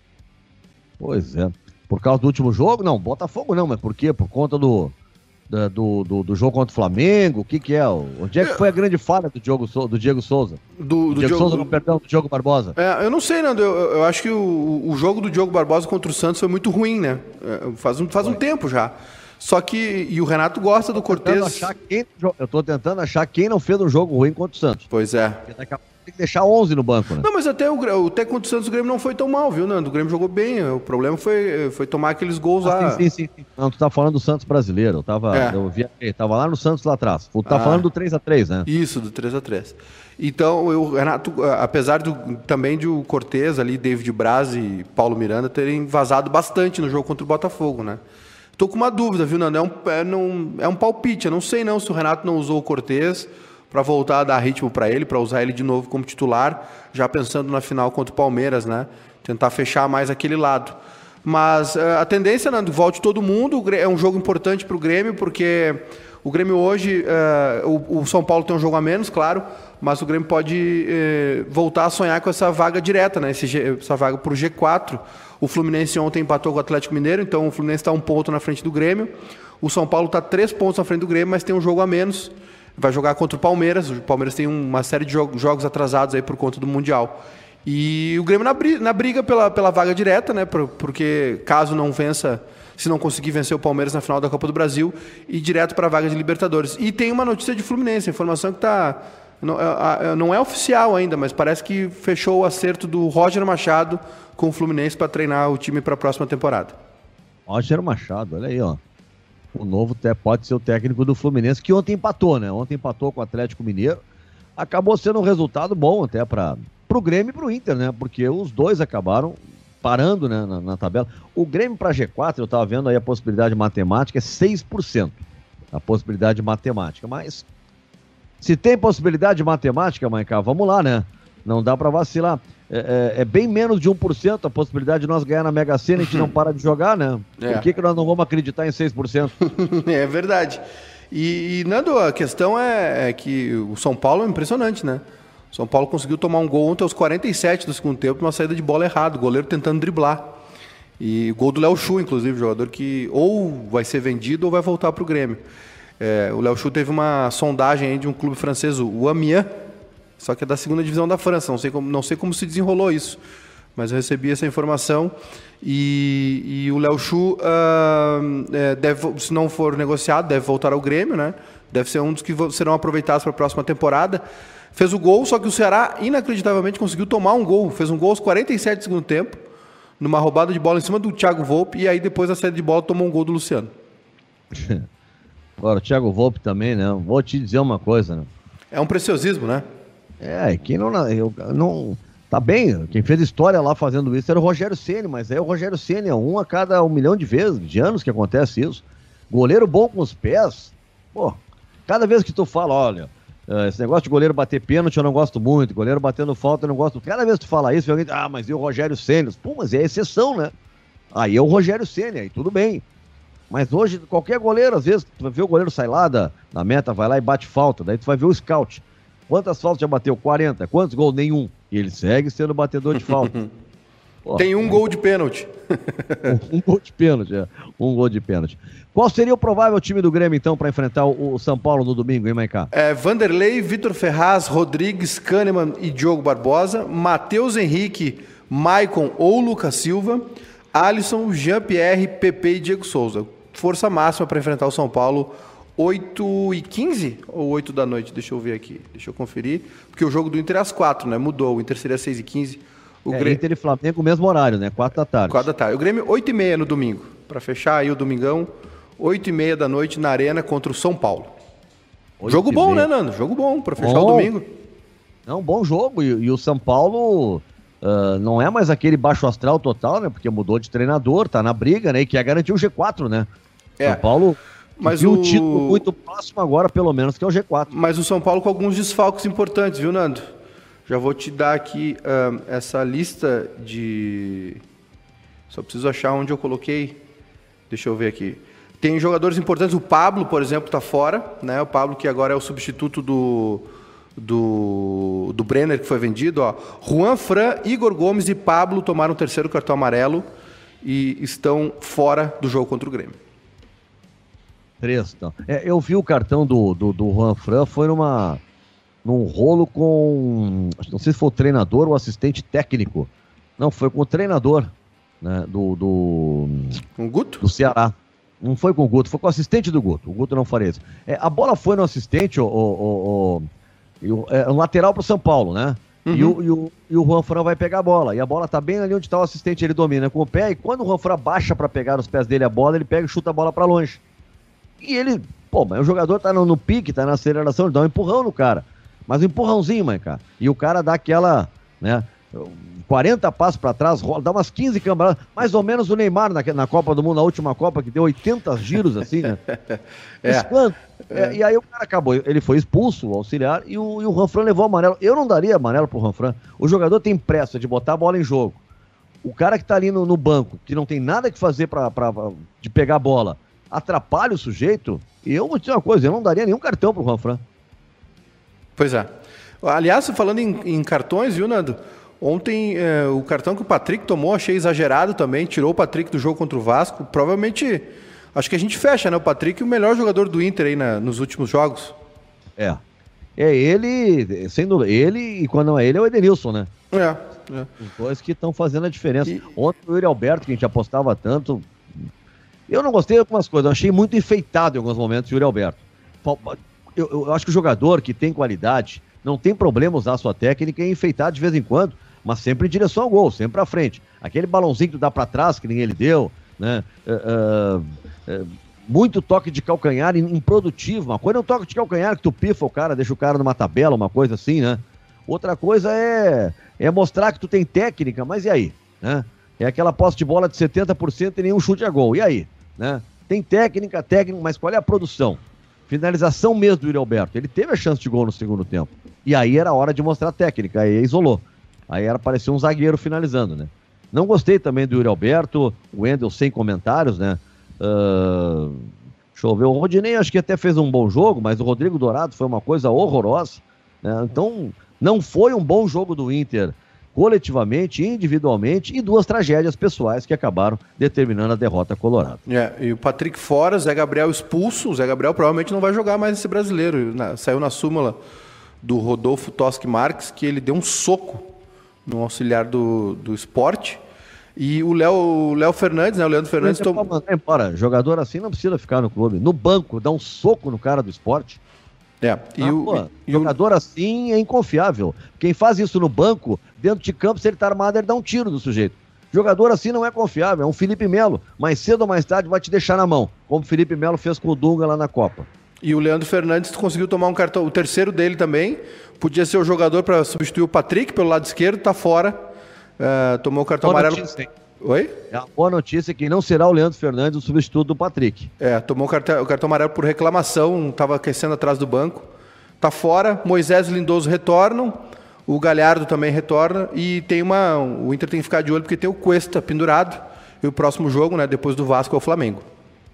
A: Pois é. Por causa do último jogo? Não, Botafogo não, mas por quê? Por conta do, da, do, do, do jogo contra o Flamengo? O que que é? Onde é que foi a grande falha do, Diogo, do Diego Souza?
B: Do, do
A: Diego
B: Diogo,
A: Souza, não, perdão, do Diogo Barbosa.
B: É, eu não sei, Nando. Eu, eu acho que o, o jogo do Diogo Barbosa contra o Santos foi muito ruim, né? É, faz um, faz um tempo já. Só que... E o Renato gosta do Cortez.
A: Quem, eu tô tentando achar quem não fez um jogo ruim contra o Santos.
B: Pois é.
A: Porque daqui a pouco tem que deixar onze no banco, né?
B: Não, mas até, o, até contra o Santos o Grêmio não foi tão mal, viu, Nando? O Grêmio jogou bem. O problema foi, foi tomar aqueles gols
A: ah,
B: lá.
A: Sim, sim, sim. Não, tu tá falando do Santos brasileiro. Eu tava,
B: é.
A: eu vi, tava lá no Santos lá atrás. Tu tá
B: ah,
A: falando do três a três, né?
B: Isso, do três a três. Então, o Renato, apesar do, também de o Cortez ali, David Braz e Paulo Miranda terem vazado bastante no jogo contra o Botafogo, né? Tô com uma dúvida, viu, Nando? É um, é, não, é um palpite. Eu não sei não se o Renato não usou o Cortez para voltar a dar ritmo para ele, para usar ele de novo como titular, já pensando na final contra o Palmeiras, né? Tentar fechar mais aquele lado. Mas a tendência, Nando, volte todo mundo. É um jogo importante para o Grêmio, porque o Grêmio hoje, uh, o, o São Paulo tem um jogo a menos, claro, mas o Grêmio pode uh, voltar a sonhar com essa vaga direta, né? Esse, essa vaga para o G quatro. O Fluminense ontem empatou com o Atlético Mineiro, então o Fluminense está um ponto na frente do Grêmio. O São Paulo está três pontos na frente do Grêmio, mas tem um jogo a menos. Vai jogar contra o Palmeiras. O Palmeiras tem uma série de jogos, jogos atrasados aí por conta do Mundial. E o Grêmio na briga, na briga pela, pela vaga direta, né? Porque caso não vença, se não conseguir vencer o Palmeiras na final da Copa do Brasil, e direto para a vaga de Libertadores. E tem uma notícia de Fluminense, a informação que está... Não, não é oficial ainda, mas parece que fechou o acerto do Roger Machado com o Fluminense para treinar o time para a próxima temporada.
A: Roger Machado, olha aí, ó. O novo pode ser o técnico do Fluminense, que ontem empatou, né? Ontem empatou com o Atlético Mineiro. Acabou sendo um resultado bom até para o Grêmio e para o Inter, né? Porque os dois acabaram parando, né, na, na tabela. O Grêmio para G quatro, eu estava vendo aí a possibilidade matemática, é seis por cento. A possibilidade matemática, mas... Se tem possibilidade de matemática, Maicá, vamos lá, né? Não dá para vacilar. É, é, é bem menos de um por cento a possibilidade de nós ganhar na Mega Sena e a gente não para de jogar, né?
B: É.
A: Por que, que nós não vamos acreditar em seis por cento?
B: É verdade. E, e, Nando, a questão é, é que o São Paulo é impressionante, né? O São Paulo conseguiu tomar um gol ontem aos quarenta e sete do segundo tempo, uma saída de bola errada, o goleiro tentando driblar. E gol do Léo Chu, inclusive, jogador que ou vai ser vendido ou vai voltar para o Grêmio. É, o Léo Chu teve uma sondagem aí de um clube francês, o Amiens, só que é da segunda divisão da França. Não sei como, não sei como se desenrolou isso, mas eu recebi essa informação. E, e o Léo Chu, uh, é, deve, se não for negociado, deve voltar ao Grêmio, né? Deve ser um dos que serão aproveitados para a próxima temporada. Fez o gol, só que o Ceará, inacreditavelmente, conseguiu tomar um gol. Fez um gol aos quarenta e sete do segundo tempo, numa roubada de bola em cima do Thiago Volpe, e aí depois da saída de bola tomou um gol do Luciano.
A: Agora, o Thiago Volpe também, né? Vou te dizer uma coisa, né?
B: É um preciosismo, né?
A: É, quem não, eu, não... Tá bem, quem fez história lá fazendo isso era o Rogério Ceni, mas aí o Rogério Ceni é um a cada um milhão de vezes, de anos que acontece isso. Goleiro bom com os pés, pô, cada vez que tu fala, olha, esse negócio de goleiro bater pênalti eu não gosto muito, goleiro batendo falta eu não gosto, cada vez que tu fala isso, alguém diz, ah, mas e o Rogério Ceni? Pô, mas é a exceção, né? Aí é o Rogério Ceni, aí tudo bem. Mas hoje, qualquer goleiro, às vezes, tu vai ver o goleiro sai lá da, da meta, vai lá e bate falta, daí tu vai ver o scout. Quantas faltas já bateu? quarenta. Quantos gols? Nenhum. E ele segue sendo batedor de falta.
B: Pô, tem um gol de pênalti.
A: um, um gol de pênalti, é. Um gol de pênalti. Qual seria o provável time do Grêmio, então, para enfrentar o, o São Paulo no domingo, hein, Maicá?
B: É, Vanderlei, Vitor Ferraz, Rodrigues, Kahneman e Diogo Barbosa, Matheus Henrique, Maicon ou Lucas Silva, Alisson, Jean-Pierre, Pepe e Diego Souza. Força máxima para enfrentar o São Paulo, oito e quinze ou oito da noite? Deixa eu ver aqui, deixa eu conferir. Porque o jogo do Inter é às quatro, né? Mudou, o Inter seria às seis e quinze. O
A: é,
B: Grêmio...
A: Inter e Flamengo o mesmo horário, né? quatro da tarde.
B: quatro da tarde. O Grêmio, oito e meia no domingo. Para fechar aí o domingão, oito e meia da noite na Arena contra o São Paulo. Jogo bom, né, Nando? Jogo bom para fechar bom. O domingo.
A: É um bom jogo. E, e o São Paulo... Uh, não é mais aquele baixo astral total, né? Porque mudou de treinador, tá na briga, né? E quer garantir o G quatro, né?
B: É.
A: São Paulo
B: Mas
A: e
B: o
A: um título muito próximo agora, pelo menos, que é o G quatro.
B: Mas o São Paulo com alguns desfalques importantes, viu, Nando? Já vou te dar aqui um, essa lista de... Só preciso achar onde eu coloquei. Deixa eu ver aqui. Tem jogadores importantes. O Pablo, por exemplo, está fora, né? O Pablo, que agora é o substituto do, do, do Brenner, que foi vendido. Ó. Juan Fran, Igor Gomes e Pablo tomaram o terceiro cartão amarelo e estão fora do jogo contra o Grêmio.
A: Três, então. É, eu vi o cartão do, do, do Juan Fran, foi numa, num rolo com... Não sei se foi o treinador ou o assistente técnico. Não, foi com o treinador, né, do... do
B: com o Guto?
A: Do Ceará. Não foi com o Guto, foi com o assistente do Guto. O Guto não faria isso. É, a bola foi no assistente, o, o, o, o, é, um lateral pro São Paulo, né? Uhum. E, o, e, o, e o Juan Fran vai pegar a bola. E a bola tá bem ali onde tá o assistente, ele domina com o pé. E quando o Juan Fran baixa pra pegar os pés dele a bola, ele pega e chuta a bola pra longe. E ele, pô, mas o jogador tá no, no pique, tá na aceleração, ele dá um empurrão no cara. Mas um empurrãozinho, mãe, cara. E o cara dá aquela, né, quarenta passos pra trás, rola, dá umas quinze cambaladas, mais ou menos o Neymar na, na Copa do Mundo, na última Copa, que deu oitenta giros, assim, né? é. É, e aí o cara acabou, ele foi expulso, o auxiliar, e o, e o Ranfran levou o amarelo. Eu não daria amarelo pro Ranfran. O jogador tem pressa de botar a bola em jogo. O cara que tá ali no, no banco, que não tem nada que fazer pra, pra, pra, de pegar a bola, atrapalha o sujeito, e eu vou te dizer uma coisa, eu não daria nenhum cartão pro Ranfran.
B: Pois é. Aliás, falando em, em cartões, viu, Nando? Ontem, é, o cartão que o Patrick tomou, achei exagerado também, tirou o Patrick do jogo contra o Vasco. Provavelmente, acho que a gente fecha, né? O Patrick, o melhor jogador do Inter aí na, nos últimos jogos.
A: É. É ele, sendo ele, e quando não é ele, é o Edenilson, né?
B: É. é.
A: Os dois que estão fazendo a diferença.
B: E...
A: Ontem o Yuri Alberto, que a gente apostava tanto... Eu não gostei de algumas coisas, eu achei muito enfeitado em alguns momentos o Yuri Alberto. Eu, eu acho que o jogador que tem qualidade, não tem problema usar a sua técnica e enfeitar de vez em quando, mas sempre em direção ao gol, sempre pra frente. Aquele balãozinho que tu dá pra trás, que ninguém ele deu, né? Uh, uh, uh, muito toque de calcanhar improdutivo. Uma coisa é um toque de calcanhar que tu pifa o cara, deixa o cara numa tabela, uma coisa assim, né? Outra coisa é, é mostrar que tu tem técnica, mas e aí? Né? É aquela posse de bola de setenta por cento e nenhum chute a gol. E aí? Né? Tem técnica, técnica, mas qual é a produção? Finalização mesmo do Yuri Alberto. Ele teve a chance de gol no segundo tempo. E aí era hora de mostrar técnica, aí isolou. Aí era parecer um zagueiro finalizando, né? Não gostei também do Yuri Alberto, o Wendel sem comentários, né? Uh, deixa eu ver, o Rodinei acho que até fez um bom jogo, mas o Rodrigo Dourado foi uma coisa horrorosa, né? Então, não foi um bom jogo do Inter, coletivamente, individualmente, e duas tragédias pessoais que acabaram determinando a derrota colorada.
B: É, e o Patrick fora, Zé Gabriel expulso, o Zé Gabriel provavelmente não vai jogar mais esse brasileiro, na, saiu na súmula do Rodolfo Toschi Marques, que ele deu um soco no auxiliar do, do esporte, e o Léo, Léo Fernandes, né, o Leandro Fernandes...
A: Tom... Embora, jogador assim não precisa ficar no clube, no banco, dá um soco no cara do esporte.
B: É, e,
A: ah,
B: o,
A: pô,
B: e
A: jogador
B: o...
A: assim é inconfiável. Quem faz isso no banco, dentro de campo, se ele tá armado, ele dá um tiro no sujeito. Jogador assim não é confiável, é um Felipe Melo. Mais cedo ou mais tarde vai te deixar na mão, como o Felipe Melo fez com o Dunga lá na Copa.
B: E o Leandro Fernandes conseguiu tomar um cartão, o terceiro dele também. Podia ser o jogador para substituir o Patrick pelo lado esquerdo, tá fora. Uh, tomou o cartão
A: boa
B: amarelo.
A: Notícia,
B: Oi?
A: É a boa notícia que não será o Leandro Fernandes o substituto do Patrick.
B: É, tomou o cartão, o cartão amarelo por reclamação, estava aquecendo atrás do banco. Tá fora, Moisés e Lindoso retornam, o Galhardo também retorna e tem uma, o Inter tem que ficar de olho porque tem o Cuesta pendurado e o próximo jogo, né, depois do Vasco é o Flamengo.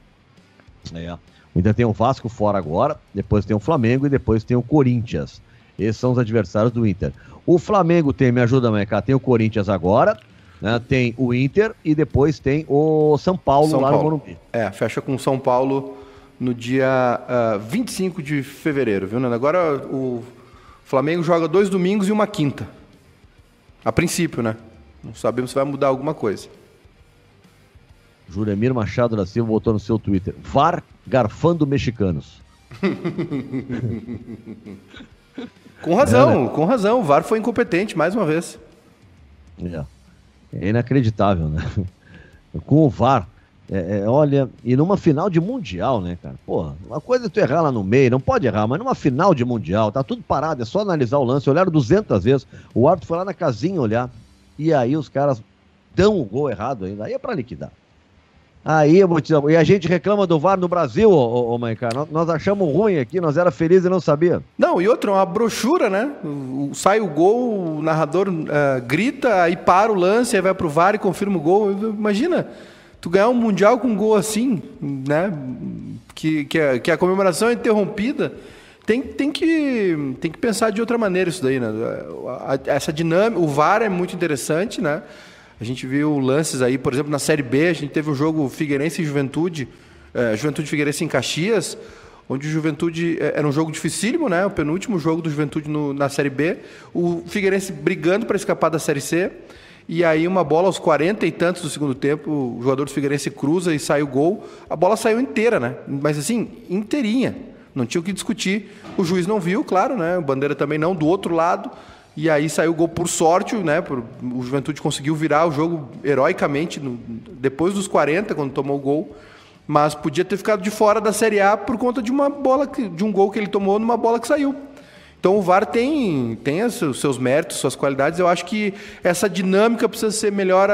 A: É, o Inter tem o Vasco fora agora, depois tem o Flamengo e depois tem o Corinthians. Esses são os adversários do Inter. O Flamengo tem, me ajuda, Maiká, tem o Corinthians agora, né, tem o Inter e depois tem o São Paulo
B: São
A: lá
B: Paulo.
A: no Morumbi.
B: É, fecha com o São Paulo no dia uh, vinte e cinco de fevereiro, viu, Nando? Agora o Flamengo joga dois domingos e uma quinta. A princípio, né? Não sabemos se vai mudar alguma coisa.
A: Juremir Machado da Silva botou no seu Twitter: V A R garfando mexicanos.
B: Com razão, é, né? com razão. O V A R foi incompetente mais uma vez.
A: É, é inacreditável, né? Com o V A R. É, é, olha, e numa final de Mundial, né, cara? Porra, uma coisa é tu errar lá no meio, não pode errar, mas numa final de Mundial, tá tudo parado, é só analisar o lance, olharam duzentas vezes, o árbitro foi lá na casinha olhar, e aí os caras dão o gol errado ainda, aí é pra liquidar. Aí, eu vou te dizer, e a gente reclama do V A R no Brasil, ô, ô, ô Maiká. Nós, nós achamos ruim aqui, nós era felizes e não sabia.
B: Não, e outra, uma brochura, né? O, o, sai o gol, o narrador uh, grita, aí para o lance, aí vai pro V A R e confirma o gol. Imagina, tu ganhar um Mundial com um gol assim, né? Que, que, a, que a comemoração é interrompida. Tem, tem, que, tem que pensar de outra maneira isso daí, né? Essa dinâmica, o V A R é muito interessante, né? A gente viu lances aí, por exemplo, na Série B, a gente teve um jogo Figueirense e Juventude, é, Juventude Figueirense em Caxias, onde o Juventude, é, era um jogo dificílimo, né? O penúltimo jogo do Juventude no, na Série B, o Figueirense brigando para escapar da Série C, e aí uma bola aos quarenta e tantos do segundo tempo, o jogador do Figueirense cruza e sai o gol, a bola saiu inteira, né? Mas assim, inteirinha, não tinha o que discutir. O juiz não viu, claro, né? O Bandeira também não, do outro lado. E aí saiu o gol por sorte, né? Por, o Juventude conseguiu virar o jogo heroicamente no, depois dos quarenta, quando tomou o gol. Mas podia ter ficado de fora da Série A por conta de uma bola, que, de um gol que ele tomou numa bola que saiu. Então o V A R tem, tem os seus méritos, suas qualidades. Eu acho que essa dinâmica precisa ser melhor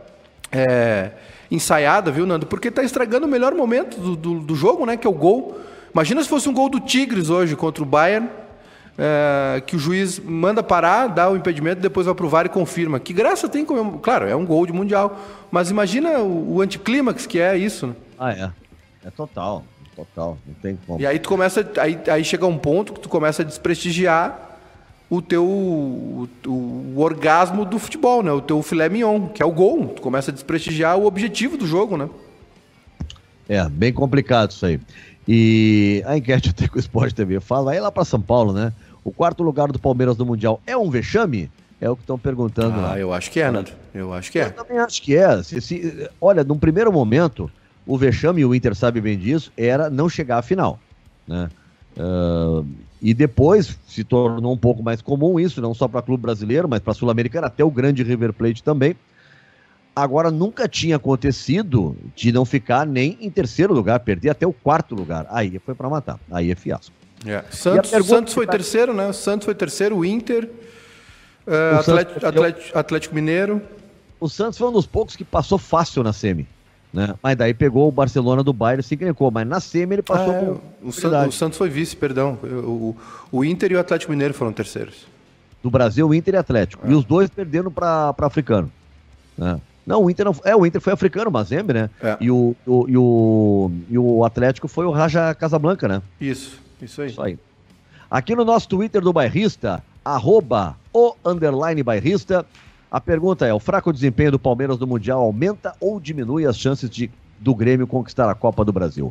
B: é, ensaiada, viu, Nando? Porque está estragando o melhor momento do, do, do jogo, né? Que é o gol. Imagina se fosse um gol do Tigres hoje contra o Bayern. É, que o juiz manda parar, dá o impedimento, depois vai pro V A R e confirma. Que graça tem como... Claro, é um gol de Mundial, mas imagina o, o anticlímax que é isso, né?
A: Ah, é. É total, total. Não tem como.
B: E aí tu começa... Aí, aí chega um ponto que tu começa a desprestigiar o teu... O, o, o orgasmo do futebol, né? O teu filé mignon, que é o gol. Tu começa a desprestigiar o objetivo do jogo, né?
A: É, bem complicado isso aí. E a enquete até que o Sport T V fala, vai lá para São Paulo, né? O quarto lugar do Palmeiras no Mundial é um vexame? É o que estão perguntando
B: ah,
A: lá.
B: Ah, eu acho que é, Nando. Eu acho que é.
A: Eu também acho que é. Se, se, olha, num primeiro momento, o vexame, e o Inter sabe bem disso, era não chegar à final, né? Uh, e depois se tornou um pouco mais comum isso, não só para clube brasileiro, mas para Sul-Americana, até o grande River Plate também. Agora, nunca tinha acontecido de não ficar nem em terceiro lugar, perder até o quarto lugar. Aí foi para matar, aí é fiasco.
B: É. Santos, Santos foi tá... terceiro, né? O Santos foi terceiro, o Inter, uh, o Atlético, Santos... Atlético, Atlético Mineiro.
A: O Santos foi um dos poucos que passou fácil na semi, né? Mas daí pegou o Barcelona do Bayern e se encrencou, mas na semi ele passou ah, com
B: o, San, o Santos foi vice, perdão. O, o Inter e o Atlético Mineiro foram terceiros.
A: Do Brasil, o Inter e Atlético. É. E os dois perderam para africano, né? Não, o Inter não, é, o Inter foi africano, Mazembe, né? É. E, o, o, e, o, e o Atlético foi o Raja Casablanca, né?
B: Isso, isso aí.
A: Isso aí. Aqui no nosso Twitter do Bairrista, arroba o underline bairrista, a pergunta é, o fraco desempenho do Palmeiras no Mundial aumenta ou diminui as chances de, do Grêmio conquistar a Copa do Brasil?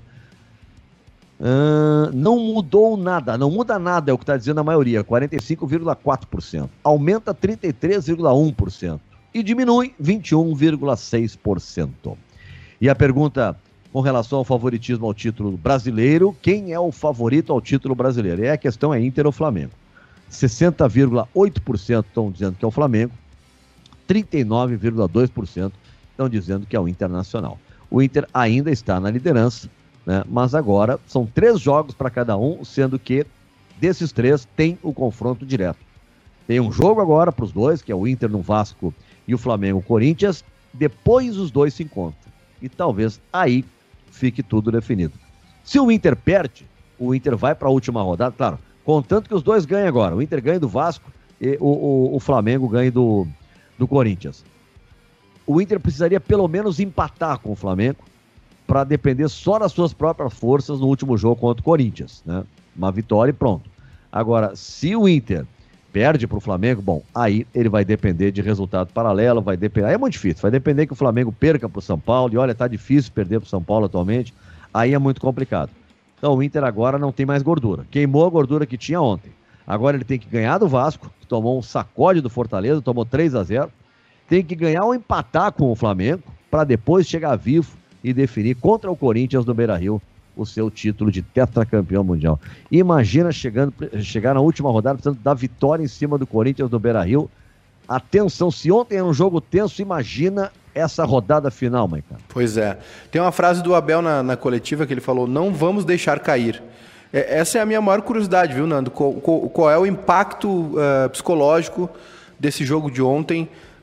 A: Uh, não mudou nada, não muda nada, é o que está dizendo a maioria, quarenta e cinco vírgula quatro por cento. Aumenta trinta e três vírgula um por cento. E diminui vinte e um vírgula seis por cento. E a pergunta com relação ao favoritismo ao título brasileiro, quem é o favorito ao título brasileiro? E a questão é Inter ou Flamengo. sessenta vírgula oito por cento estão dizendo que é o Flamengo, trinta e nove vírgula dois por cento estão dizendo que é o Internacional. O Inter ainda está na liderança, né? Mas agora são três jogos para cada um, sendo que desses três tem o confronto direto. Tem um jogo agora para os dois, que é o Inter no Vasco e o Flamengo Corinthians, depois os dois se encontram. E talvez aí fique tudo definido. Se o Inter perde, o Inter vai para a última rodada, claro, contanto que os dois ganhem agora. O Inter ganha do Vasco e o, o, o Flamengo ganha do, do Corinthians. O Inter precisaria pelo menos empatar com o Flamengo para depender só das suas próprias forças no último jogo contra o Corinthians, né? Uma vitória e pronto. Agora, se o Inter perde para o Flamengo, bom, aí ele vai depender de resultado paralelo, vai depender, aí é muito difícil, vai depender que o Flamengo perca para o São Paulo, e olha, tá difícil perder para o São Paulo atualmente, aí é muito complicado. Então o Inter agora não tem mais gordura, queimou a gordura que tinha ontem, agora ele tem que ganhar do Vasco, que tomou um sacode do Fortaleza, tomou três a zero, tem que ganhar ou empatar com o Flamengo, para depois chegar vivo e definir contra o Corinthians no Beira-Rio o seu título de tetracampeão mundial. Imagina chegando, chegar na última rodada, precisando da vitória em cima do Corinthians no Beira-Rio. Atenção, se ontem era um jogo tenso, imagina essa rodada final, Maicon.
B: Pois é. Tem uma frase do Abel na, na coletiva que ele falou, não vamos deixar cair. É, essa é a minha maior curiosidade, viu, Nando? Qual, qual, qual é o impacto uh, psicológico desse jogo de ontem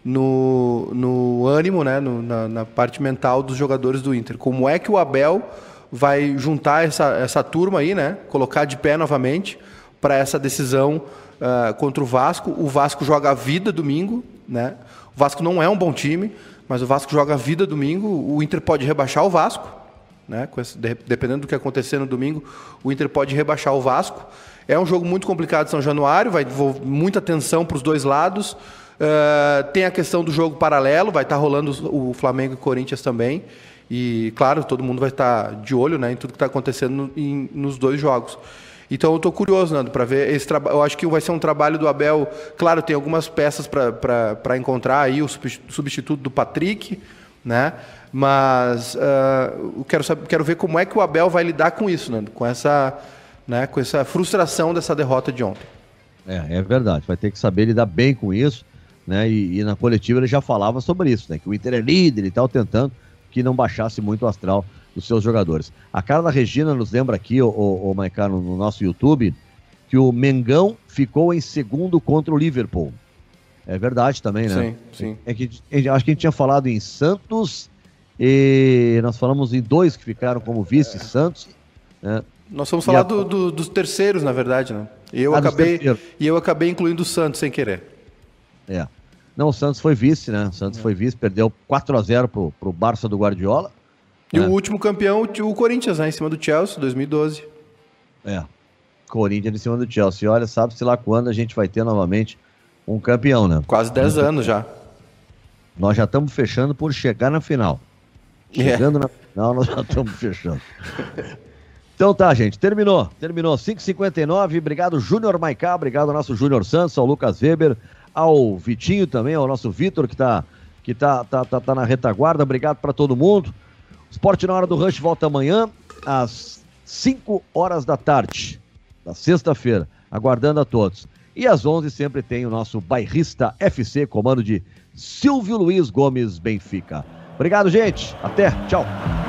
B: no, no ânimo, né, no, na, na parte mental dos jogadores do Inter. Como é que o Abel vai juntar essa, essa turma aí, né, colocar de pé novamente para essa decisão uh, contra o Vasco. O Vasco joga a vida domingo, né? O Vasco não é um bom time, mas o Vasco joga a vida domingo. O Inter pode rebaixar o Vasco, né? Com esse, dependendo do que acontecer no domingo, o Inter pode rebaixar o Vasco. É um jogo muito complicado de São Januário, vai envolver muita tensão para os dois lados. Uh, tem a questão do jogo paralelo, vai estar rolando o Flamengo e o Corinthians também. E, claro, todo mundo vai estar de olho, né, em tudo que está acontecendo no, em, nos dois jogos. Então, eu estou curioso, Nando, para ver esse trabalho. Eu acho que vai ser um trabalho do Abel. Claro, tem algumas peças para encontrar aí, o substituto do Patrick, né? Mas uh, eu quero, saber, quero ver como é que o Abel vai lidar com isso, Nando, com essa, né, com essa frustração dessa derrota de ontem.
A: É, é verdade. Vai ter que saber lidar bem com isso, né? E, e na coletiva ele já falava sobre isso, né? Que o Inter é líder e tal, tentando que não baixasse muito o astral dos seus jogadores. A Carla Regina nos lembra aqui, o, o, o Maicano, no nosso YouTube, que o Mengão ficou em segundo contra o Liverpool. É verdade também, né?
B: Sim, sim.
A: É que, acho que a gente tinha falado em Santos e nós falamos em dois que ficaram como vice, é. Santos. Né?
B: Nós vamos falar a... do, do, dos terceiros, na verdade, né? E eu, ah, acabei, e eu acabei incluindo o Santos sem querer.
A: É. Não, o Santos foi vice, né? O Santos é. foi vice, perdeu quatro a zero pro, pro Barça do Guardiola.
B: E
A: é.
B: o último campeão, o Corinthians, né? Em cima do Chelsea, dois mil e doze.
A: É. Corinthians em cima do Chelsea. Olha, sabe-se lá quando a gente vai ter novamente um campeão, né?
B: Quase dez anos já.
A: Nós já estamos fechando por chegar na final. Chegando é. na final, nós já estamos fechando. Então tá, gente. Terminou. Terminou. cinco e cinquenta e nove. Obrigado, Júnior Maicá. Obrigado ao nosso Júnior Santos, ao Lucas Weber, ao Vitinho também, ao nosso Vitor, que tá, que tá, tá, tá, tá na retaguarda. Obrigado para todo mundo. Esporte na Hora do Rush volta amanhã, às cinco horas da tarde, da sexta-feira. Aguardando a todos. E às onze sempre tem o nosso Bairrista F C, comando de Silvio Luiz Gomes Benfica. Obrigado, gente. Até. Tchau.